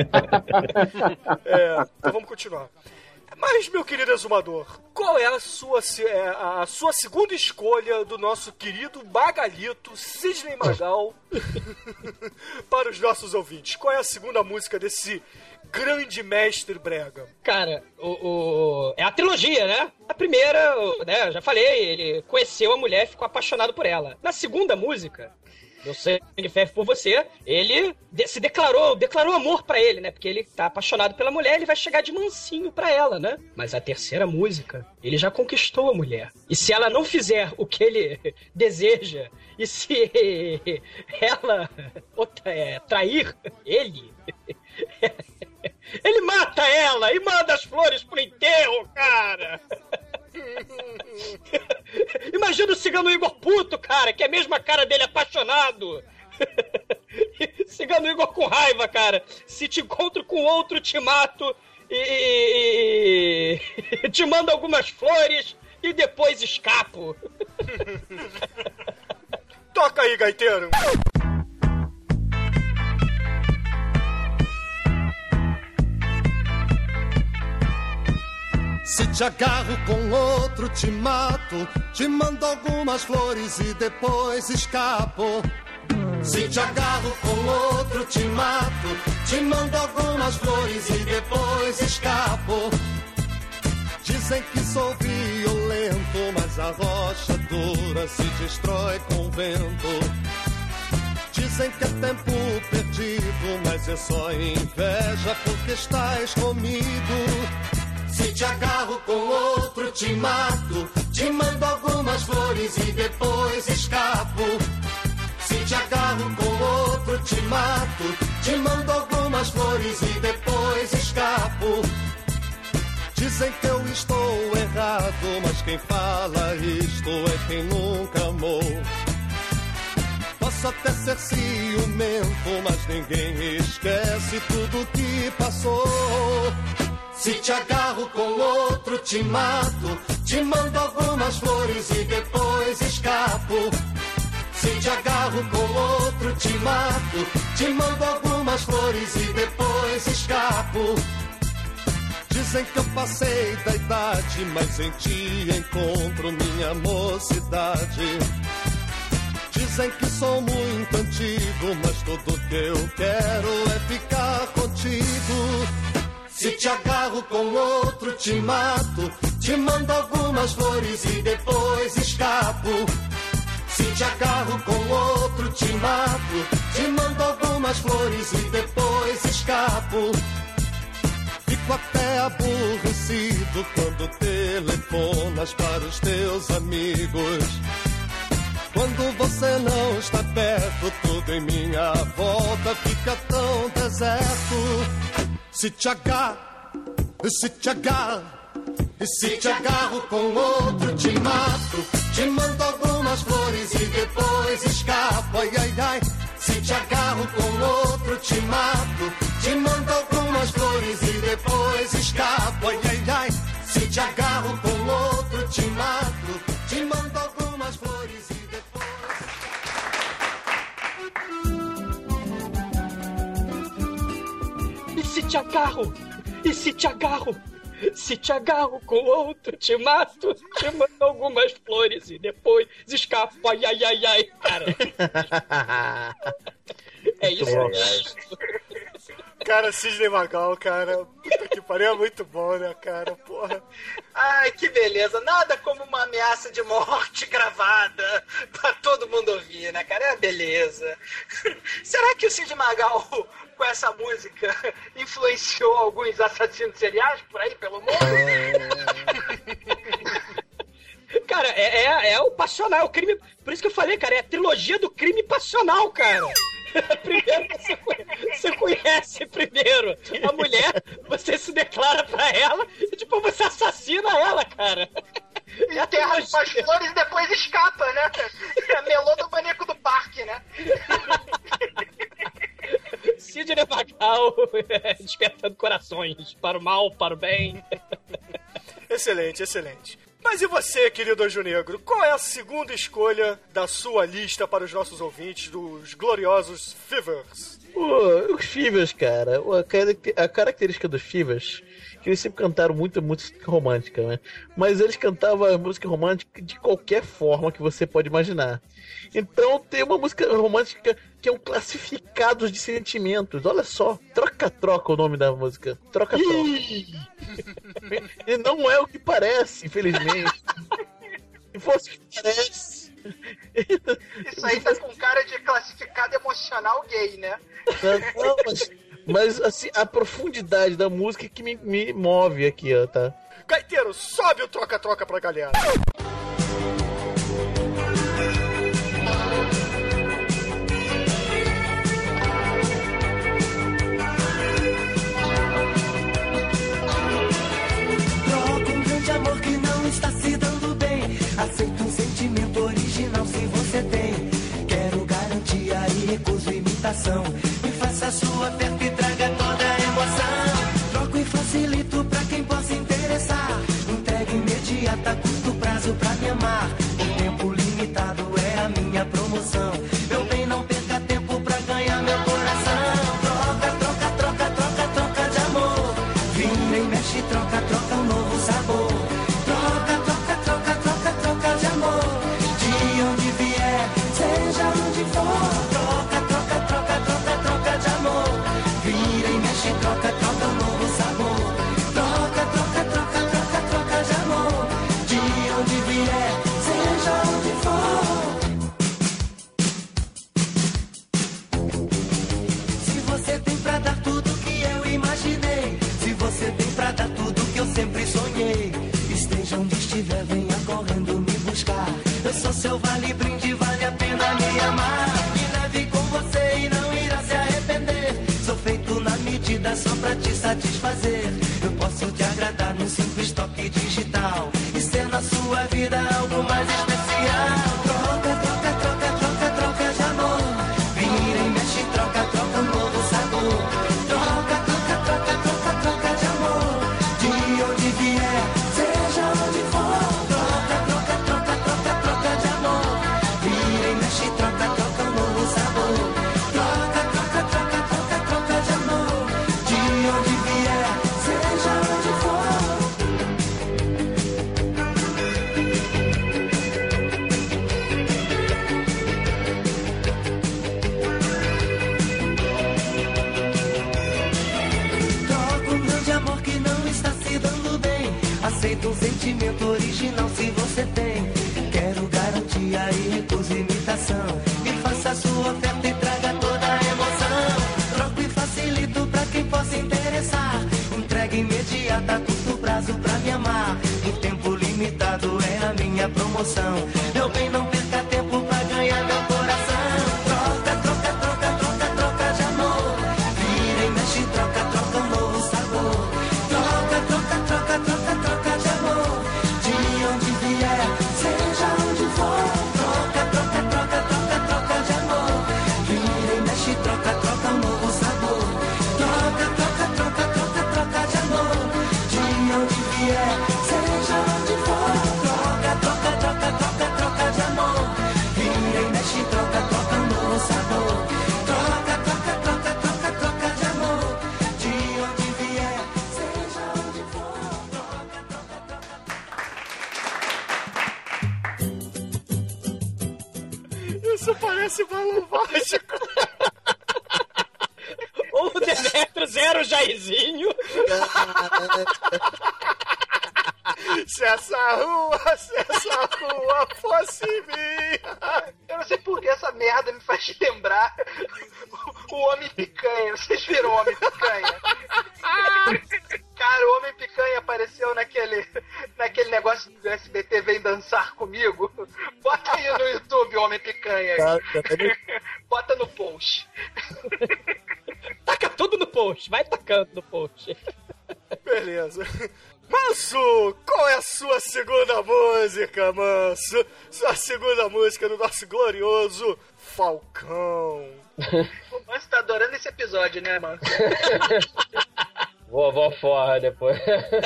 Então vamos continuar. Mas, meu querido exumador, qual é a sua segunda escolha do nosso querido Magalito, Sidney Magal, para os nossos ouvintes? Qual é a segunda música desse grande mestre brega? Cara, é a trilogia, né? A primeira, né, já falei, ele conheceu a mulher e ficou apaixonado por ela. Na segunda música... Meu sangue ferve por você, ele se declarou amor pra ele, né? Porque ele tá apaixonado pela mulher, ele vai chegar de mansinho pra ela, né? Mas a terceira música, ele já conquistou a mulher. E se ela não fizer o que ele deseja, e se ela trair ele, ele mata ela e manda as flores pro enterro, cara! Imagina o Cigano Igor puto, cara, que é a mesma cara dele apaixonado. Cigano Igor com raiva, cara. Se te encontro com outro, te mato e te mando algumas flores e depois escapo. Toca aí, gaiteiro. Se te agarro com outro, te mato. Te mando algumas flores e depois escapo. Se te agarro com outro, te mato. Te mando algumas flores e depois escapo. Dizem que sou violento, mas a rocha dura se destrói com o vento. Dizem que é tempo perdido, mas é só inveja porque estás comigo. Se te agarro com outro, te mato. Te mando algumas flores e depois escapo. Se te agarro com outro, te mato. Te mando algumas flores e depois escapo. Dizem que eu estou errado, mas quem fala isto é quem nunca amou. Posso até ser ciumento, mas ninguém esquece tudo que passou. Se te agarro com outro, te mato. Te mando algumas flores e depois escapo. Se te agarro com outro, te mato. Te mando algumas flores e depois escapo. Dizem que eu passei da idade, mas em ti encontro minha mocidade. Dizem que sou muito antigo, mas tudo que eu quero é ficar contigo. Se te agarro com outro, te mato. Te mando algumas flores e depois escapo. Se te agarro com outro, te mato. Te mando algumas flores e depois escapo. Fico até aborrecido quando telefonas para os teus amigos. Quando você não está perto, tudo em minha volta fica tão deserto. Se te agarro E se te agarro com outro, te mato. Te mando algumas flores e depois escapo. Ai, ai, ai. Se te agarro com outro, te mato. Te mando algumas flores e depois escapo. Ai, ai, ai. Se te agarro com outro, te mato. Te mando algumas flores e depois... E se te agarro? E se te agarro? Se te agarro com outro, te mato, te mando algumas flores e depois escapo. Ai, ai, ai, ai, cara. É isso. Cara, Sidney Magal, cara. Puta que pariu, é muito bom, né, cara? Porra. Ai, que beleza. Nada como uma ameaça de morte gravada pra todo mundo ouvir, né, cara? É uma beleza. Será que o Sidney Magal, com essa música, influenciou alguns assassinos seriais por aí pelo mundo? Cara, é o passional, o crime... Por isso que eu falei, cara, é a trilogia do crime passional, cara. Primeiro você conhece primeiro a mulher, você se declara pra ela e depois você assassina ela, cara. Enterra as flores e depois escapa, né? É melô do maníaco do parque, né? Sidney Magal despertando corações, para o mal, para o bem. Excelente, excelente. Mas e você, querido Anjo Negro? Qual é a segunda escolha da sua lista para os nossos ouvintes dos gloriosos Fivers? Os Fivers, cara, a característica dos Fivers, que eles sempre cantaram muita música romântica, né? Mas eles cantavam a música romântica de qualquer forma que você pode imaginar. Então tem uma música romântica que é um classificado de sentimentos. Olha só, Troca-Troca o nome da música. Troca-Troca. E não é o que parece, infelizmente. Se fosse o que parece... Isso aí tá com cara de classificado emocional gay, né? Não, mas assim, a profundidade da música que me move aqui, ó, tá? Gaiteiro, sobe o Troca-Troca pra galera. Troca um grande amor que não está se dando bem. Aceita um sentimento original se você tem. Quero garantia e recuso imitação. Me faça sua oferta e traga toda a emoção. Troco e facilito pra quem possa interessar. Entrega imediata, curto prazo pra me amar. O tempo limitado é a minha promoção. Meu bem, não perca tempo pra ganhar meu coração. Troca, troca, troca, troca, troca de amor. Vira e mexe, troca, troca um novo sabor. Troca, troca, troca, troca, troca de amor. De onde vier, seja onde for. Troca, troca, troca, troca, troca de amor. Vira e mexe, troca, troca um novo sabor. Troca, troca, troca, troca, troca de amor. De onde vier, seja onde for. Se você tem pra dar tudo que eu imaginei, se você tem pra dar tudo que eu sempre sonhei, esteja onde estiver, venha correndo me buscar. Eu sou seu vale-brinde, vale a pena me amar. Me leve com você e não irá se arrepender. Sou feito na medida só pra te satisfazer. Eu posso te agradar num simples toque digital e ser na sua vida algo mais especial. Troca, troca, troca, troca, troca de amor. Vira e mexe, troca, troca um novo sabor. Troca, troca, troca, troca, troca de amor. De onde vier, seja onde for. Troca, troca, troca, troca, troca de amor. Vira e mexe, troca, troca um novo sabor. Troca, troca, troca, troca, troca de amor. De onde vier, seja onde for. Troca um grande amor que não está se dando bem. Aceita um sentimento original se você tem. Quero garantia e recuso imitação. Me faça sua oferta e traga toda a emoção. Troco e facilito pra quem possa interessar. Entrega imediata, curto prazo pra me amar. O tempo limitado é a minha promoção. Meu bem, não perca tempo pra ganhar meu coração. Troca, troca, troca, troca, troca de amor. Vira e mexe, troca, troca um novo sabor. Troca, troca, troca, troca, troca de amor. vier, seja onde for. Troca, troca, troca, troca, troca de amor. Vira e mexe, troca, troca um novo sabor. Troca, troca, troca, troca, troca de amor. De onde vier, seja onde for. Troca, troca, troca, troca, troca de amor. Vira e mexe, troca, troca um novo sabor. Troca, troca, troca, troca, troca de amor. De onde vier, seja onde for. Troca, troca, troca. Isso parece balão mágico. Ou o Demetrio, zero Jairzinho. Se essa rua fosse minha. Eu não sei por que essa merda me faz lembrar o Homem-Picanha. Vocês viram o Homem-Picanha? Cara, o Homem-Picanha apareceu naquele negócio do SBT Vem Dançar Comigo. Bota aí no YouTube o Homem-Picanha. Bota no post. Taca tudo no post, vai tacando no post. Beleza. Manso, qual é a sua segunda música, Manso? Sua segunda música do nosso glorioso Falcão. O Manso tá adorando esse episódio, né, Manso? Vovó forra depois.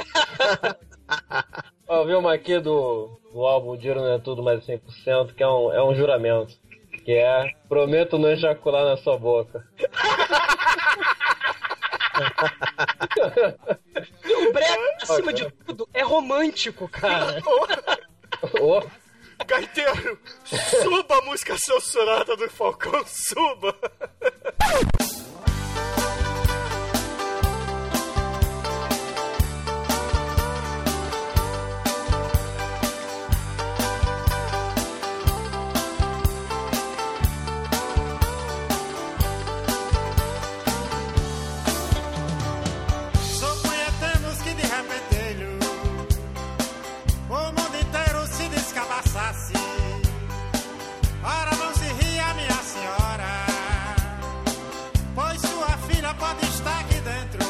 Eu vi uma aqui do álbum Dinheiro Não É Tudo Mais 100%, que é um juramento. Que é, prometo não ejacular na sua boca. O brega, acima de tudo, é romântico, cara. Gaiteiro, suba a música censurada do Falcão, suba. Suponhamos que de repente o mundo inteiro se descabaçasse. Ora, não se ria, minha senhora, pois sua filha pode estar aqui dentro.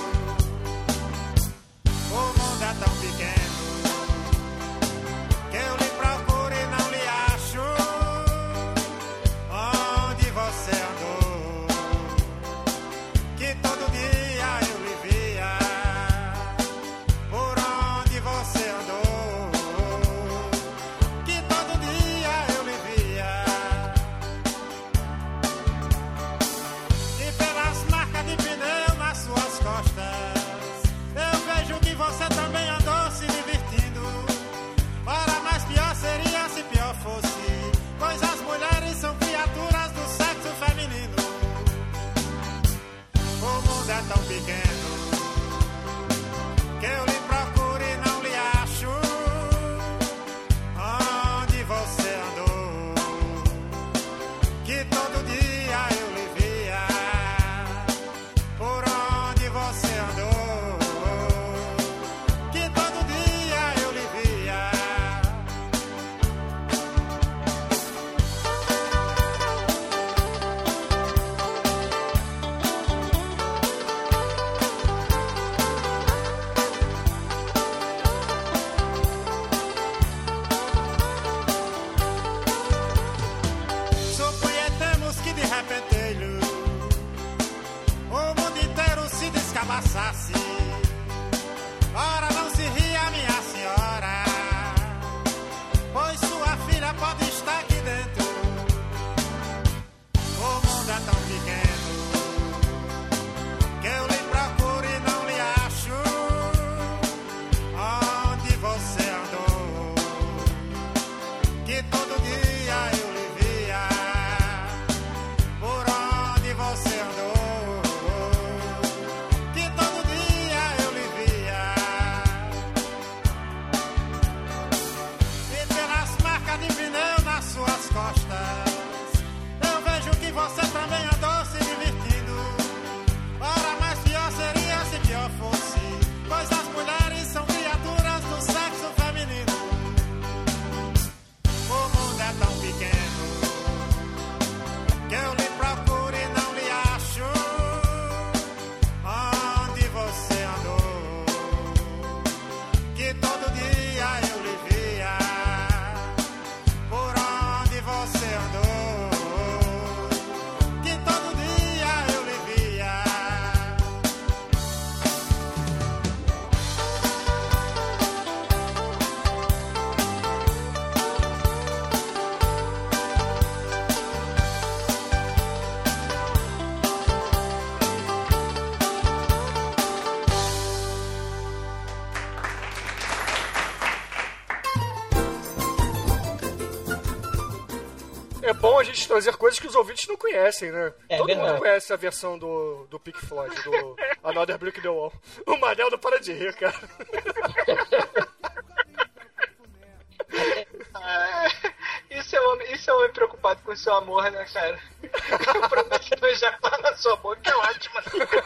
O mundo é tão pequeno que eu lhe procuro e não lhe acho. Onde você andou? Que todo dia eu lhe via. Por onde você andou? Que todo dia eu lhe via. E pelas marcas de pneu nas suas costas, eu vejo que você também andou se divertindo. Ora, mais pior seria se pior fosse, pois as mulheres são criaturas do sexo feminino. O mundo é tão pequeno que eu lhe procuro e não lhe acho. Onde você andou? Que todo dia eu lhe via. Por onde você andou? Que todo dia eu lhe via. Suponhamos que de repente o mundo inteiro se descabaçasse. Ora, não se ria, minha senhora, pois sua filha pode estar aqui dentro. O mundo é tão pequeno que eu lhe procuro e não lhe acho. Onde você andou? Que todo dia eu lhe via. Por onde você andou? Que todo dia eu lhe via. E pelas marcas de pneu nas suas costas, eu vejo que você também andou se divertindo. Ora, mais pior seria se pior fosse, pois as mulheres são criaturas do sexo feminino. O É bom a gente trazer coisas que os ouvintes não conhecem, né? Todo verdade. mundo conhece a versão do Pink Floyd, do Another Brick in the Wall. O Manel não para de rir, cara. Isso é homem preocupado com o seu amor, né, cara? Promete beijar na sua boca, é ótimo.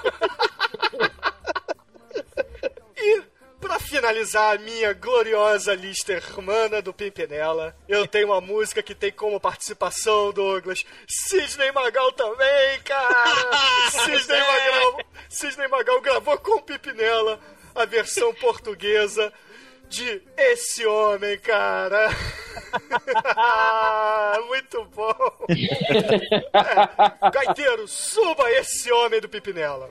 E, pra finalizar a minha gloriosa lista hermana do Pimpinela, eu tenho uma música que tem como participação, Douglas, Sidney Magal também, cara! Sidney Magal gravou com o Pimpinela a versão portuguesa de Esse Homem, cara! Muito bom! Gaiteiro, suba Esse Homem do Pimpinela!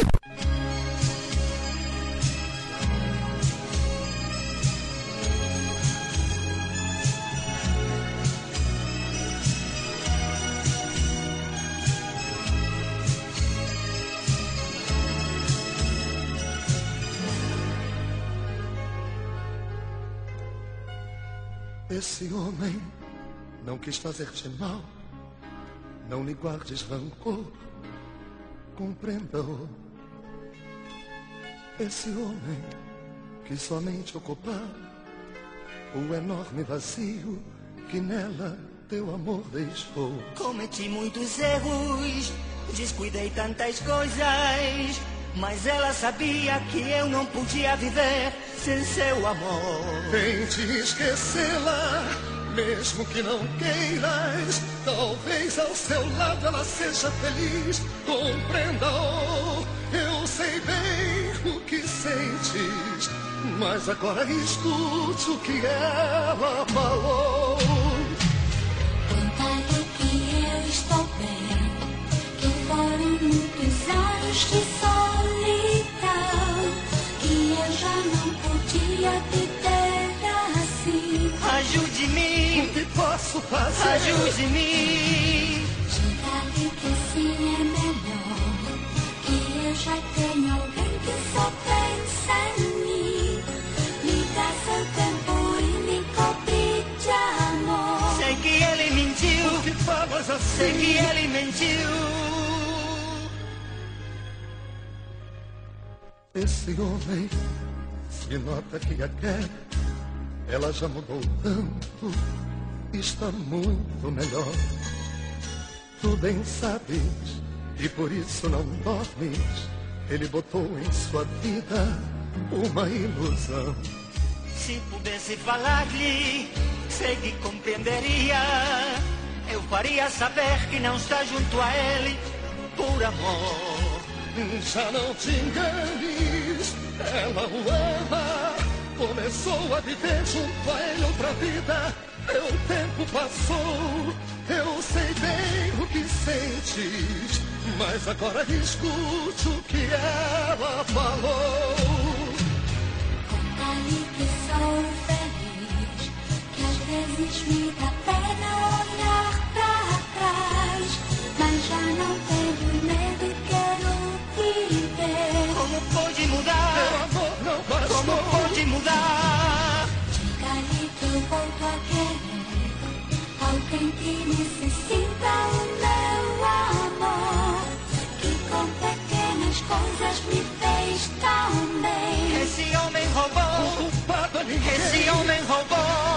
Esse homem não quis fazer-te mal, não lhe guardes rancor, compreenda-o. Esse homem quis somente ocupar o enorme vazio que nela teu amor deixou. Cometi muitos erros, descuidei tantas coisas, mas ela sabia que eu não podia viver sem seu amor. Tente esquecê-la, mesmo que não queiras. Talvez ao seu lado ela seja feliz. Compreenda-o, eu sei bem o que sentes, mas agora escute o que ela falou. Conta-lhe que eu estou bem, que foram muitos anos de solidão, que eu já não podia viver assim. Ajude-me, o que posso fazer? Ajude-me. Diga-lhe que sim é melhor, que eu já tenho alguém que só pensa em mim. Me dá seu tempo e me cobre de amor. Sei que ele mentiu, por que falas assim? Sei que ele mentiu. Esse homem se nota que a quer, ela já mudou tanto, está muito melhor. Tu bem sabes, e por isso não dormes, ele botou em sua vida uma ilusão. Se pudesse falar-lhe, sei que compreenderia. Eu faria saber que não está junto a ele por amor. Já não te enganes, ela o ama, começou a viver junto a ele outra vida. O tempo passou, eu sei bem o que sentes, mas agora escute o que ela falou. Conta-lhe que sou feliz, que às vezes me dá pena olhar pra trás, mas já não tenho medo e quero viver. Como pode mudar? Meu amor não bastou. Como pode mudar? Diga-lhe que eu volto a querer alguém que necessita o meu amor, que com pequenas coisas me fez tão bem. Esse homem roubou, esse homem roubou.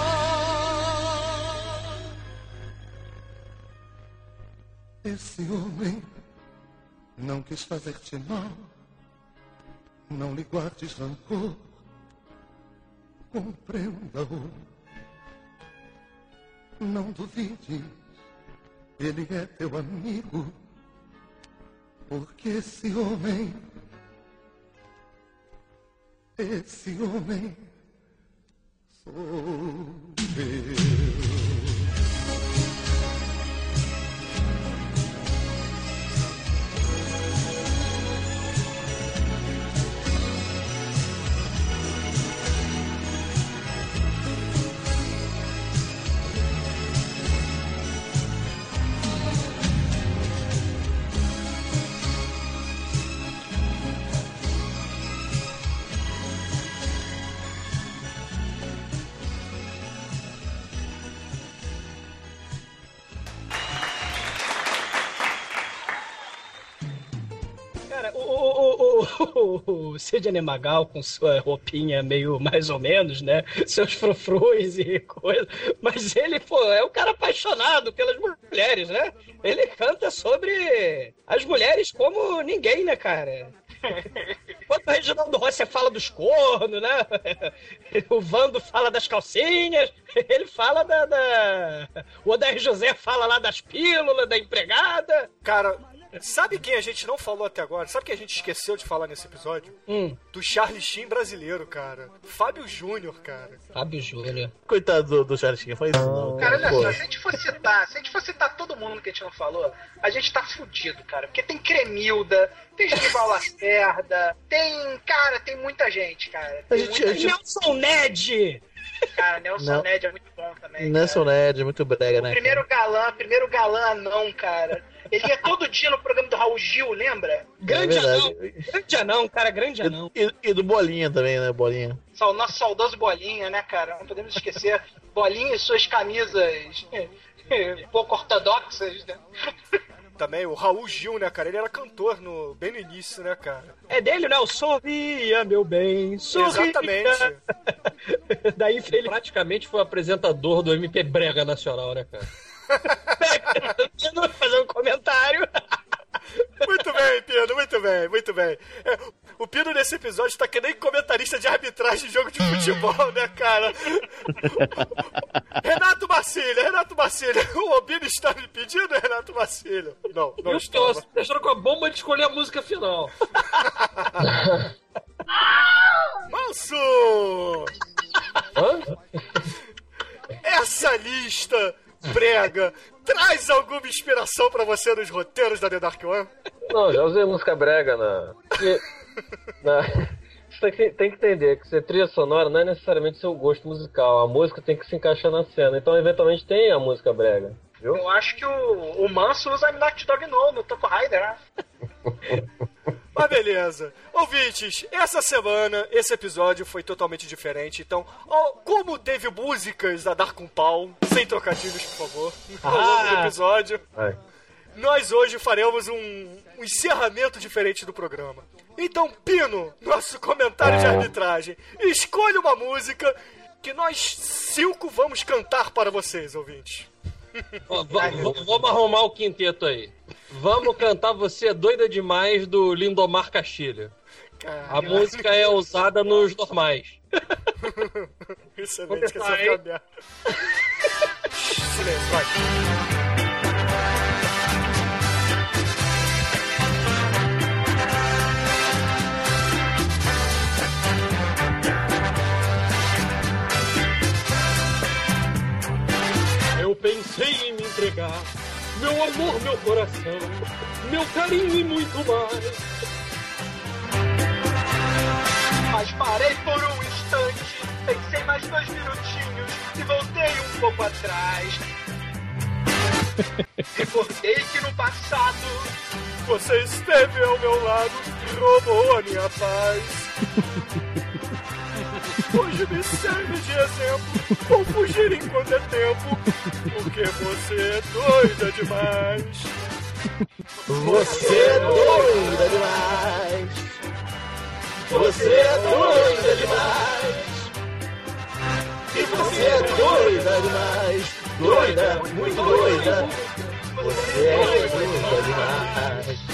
Esse homem não quis fazer-te mal, não lhe guardes rancor, compreenda-o. Não duvides, ele é teu amigo, porque esse homem sou eu. o Sidney Magal com sua roupinha meio mais ou menos, né? Seus frufrus e coisa. Mas ele, pô, é um cara apaixonado pelas mulheres, né? Ele canta sobre as mulheres como ninguém, né, cara? Enquanto o Reginaldo Rossi fala dos cornos, né? O Vando fala das calcinhas, ele fala o Odair José fala lá das pílulas, da empregada. Cara, sabe quem a gente não falou até agora? Sabe quem a gente esqueceu de falar nesse episódio? Do Charlie Sheen brasileiro, cara. Fábio Júnior, cara. Fábio Júnior. Coitado do Charlie Sheen, faz isso não. Cara, olha Pô. só, se a gente for citar todo mundo que a gente não falou, a gente tá fudido, cara. Porque tem Cremilda, tem Genival Lacerda, tem muita gente, cara. Tem Nelson Ned! Cara, Nelson Ned é muito bom também. Nelson Ned, muito brega, né? Primeiro galã não, cara. Ele ia todo dia no programa do Raul Gil, lembra? Grande anão, cara, grande anão. E do Bolinha também, né, Bolinha? O nosso saudoso Bolinha, né, cara? Não podemos esquecer. Bolinha e suas camisas pouco ortodoxas, né? Também o Raul Gil, né, cara? Ele era cantor bem no início, né, cara? É dele, né? O Sorria, meu bem, sorria. Exatamente. Daí ele praticamente foi o apresentador do MP Brega Nacional, né, cara? Fazer um comentário. Muito bem, Pino, muito bem. O Pino nesse episódio tá que nem comentarista de arbitragem de jogo de futebol, né, cara? Renato Marcílio, o Albino está me pedindo, Renato Marcílio? Não estou. Deixaram com a bomba de escolher a música final. Manso! Hã? Essa lista brega traz alguma inspiração pra você nos roteiros da The Dark One? Não, já usei música brega Você tem que entender que ser trilha sonora não é necessariamente seu gosto musical. A música tem que se encaixar na cena. Então, eventualmente, tem a música brega. Viu? Eu acho que o Manso usa I'm Not Dog no Taco Rider, né? Mas beleza. Ouvintes, essa semana, esse episódio foi totalmente diferente. Então, como teve músicas a dar com pau, sem trocadilhos, por favor, ao longo do episódio, nós hoje faremos um encerramento diferente do programa. Então, Pino, nosso comentário de arbitragem, escolha uma música que nós 5 vamos cantar para vocês, ouvintes. Vamos arrumar o quinteto aí. Vamos cantar Você é Doida Demais, do Lindomar Castilho. A música é usada nos normais. Excelente, que essa fica aberta. Silêncio, vai. Eu pensei em me entregar, meu amor, meu coração, meu carinho e muito mais. Mas parei por um instante, pensei mais 2 minutinhos e voltei um pouco atrás. Recordei que no passado você esteve ao meu lado e roubou a minha paz. Hoje me serve de exemplo, vou fugir enquanto é tempo, porque você é doida demais. Você é doida demais. Você é doida demais. E você é doida demais. Doida, muito doida. Você é doida demais.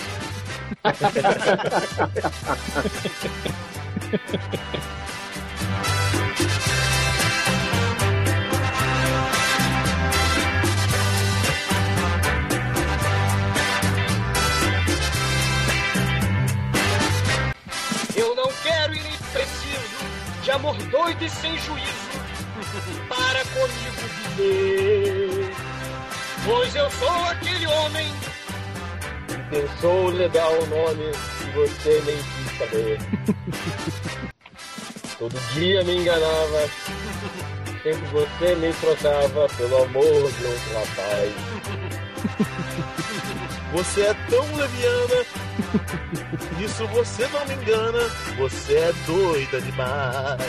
Eu não quero e nem preciso de amor doido e sem juízo para comigo viver. Pois eu sou aquele homem que pensou legal o nome que você nem quis saber. Todo dia me enganava, sempre você me trocava pelo amor de outro rapaz. Você é tão leviana, nisso você não me engana. Você é doida demais.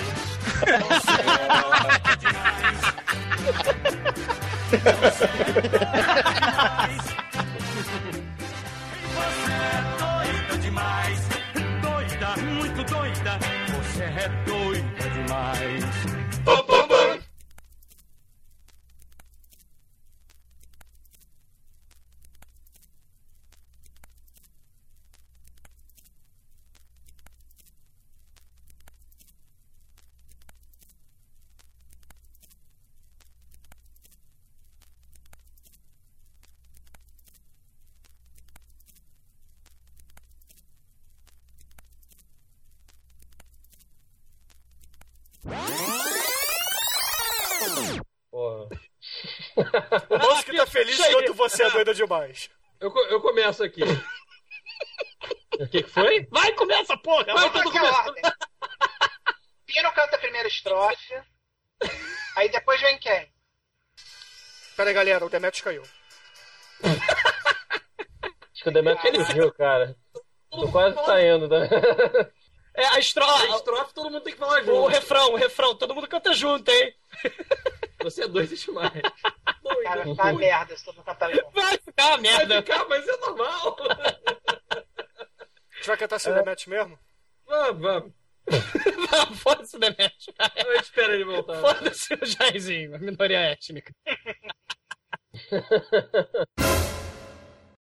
Você é doida demais, doida O moço que tá feliz enquanto você é doida demais. Eu começo aqui. O que foi? Vai, começa, porra! Vamos fazer a ordem. Pino canta a primeira estrofe. Aí depois vem quem? Pera aí, galera, o Demetrius caiu. Acho que o Demetrius fugiu, cara. Tô quase saindo. Né? É, a estrofe. A estrofe todo mundo tem que falar junto. O refrão, todo mundo canta junto, hein? Você é doido demais. Cara, vai ficar uma merda se todo mundo cantar junto. Vai ficar uma merda. Vai ficar, mas é normal. A gente vai cantar sem o Demetrius mesmo? Vamos. Foda-se o Demetrius. Eu espero ele voltar. Foda-se o Jairzinho, a minoria étnica.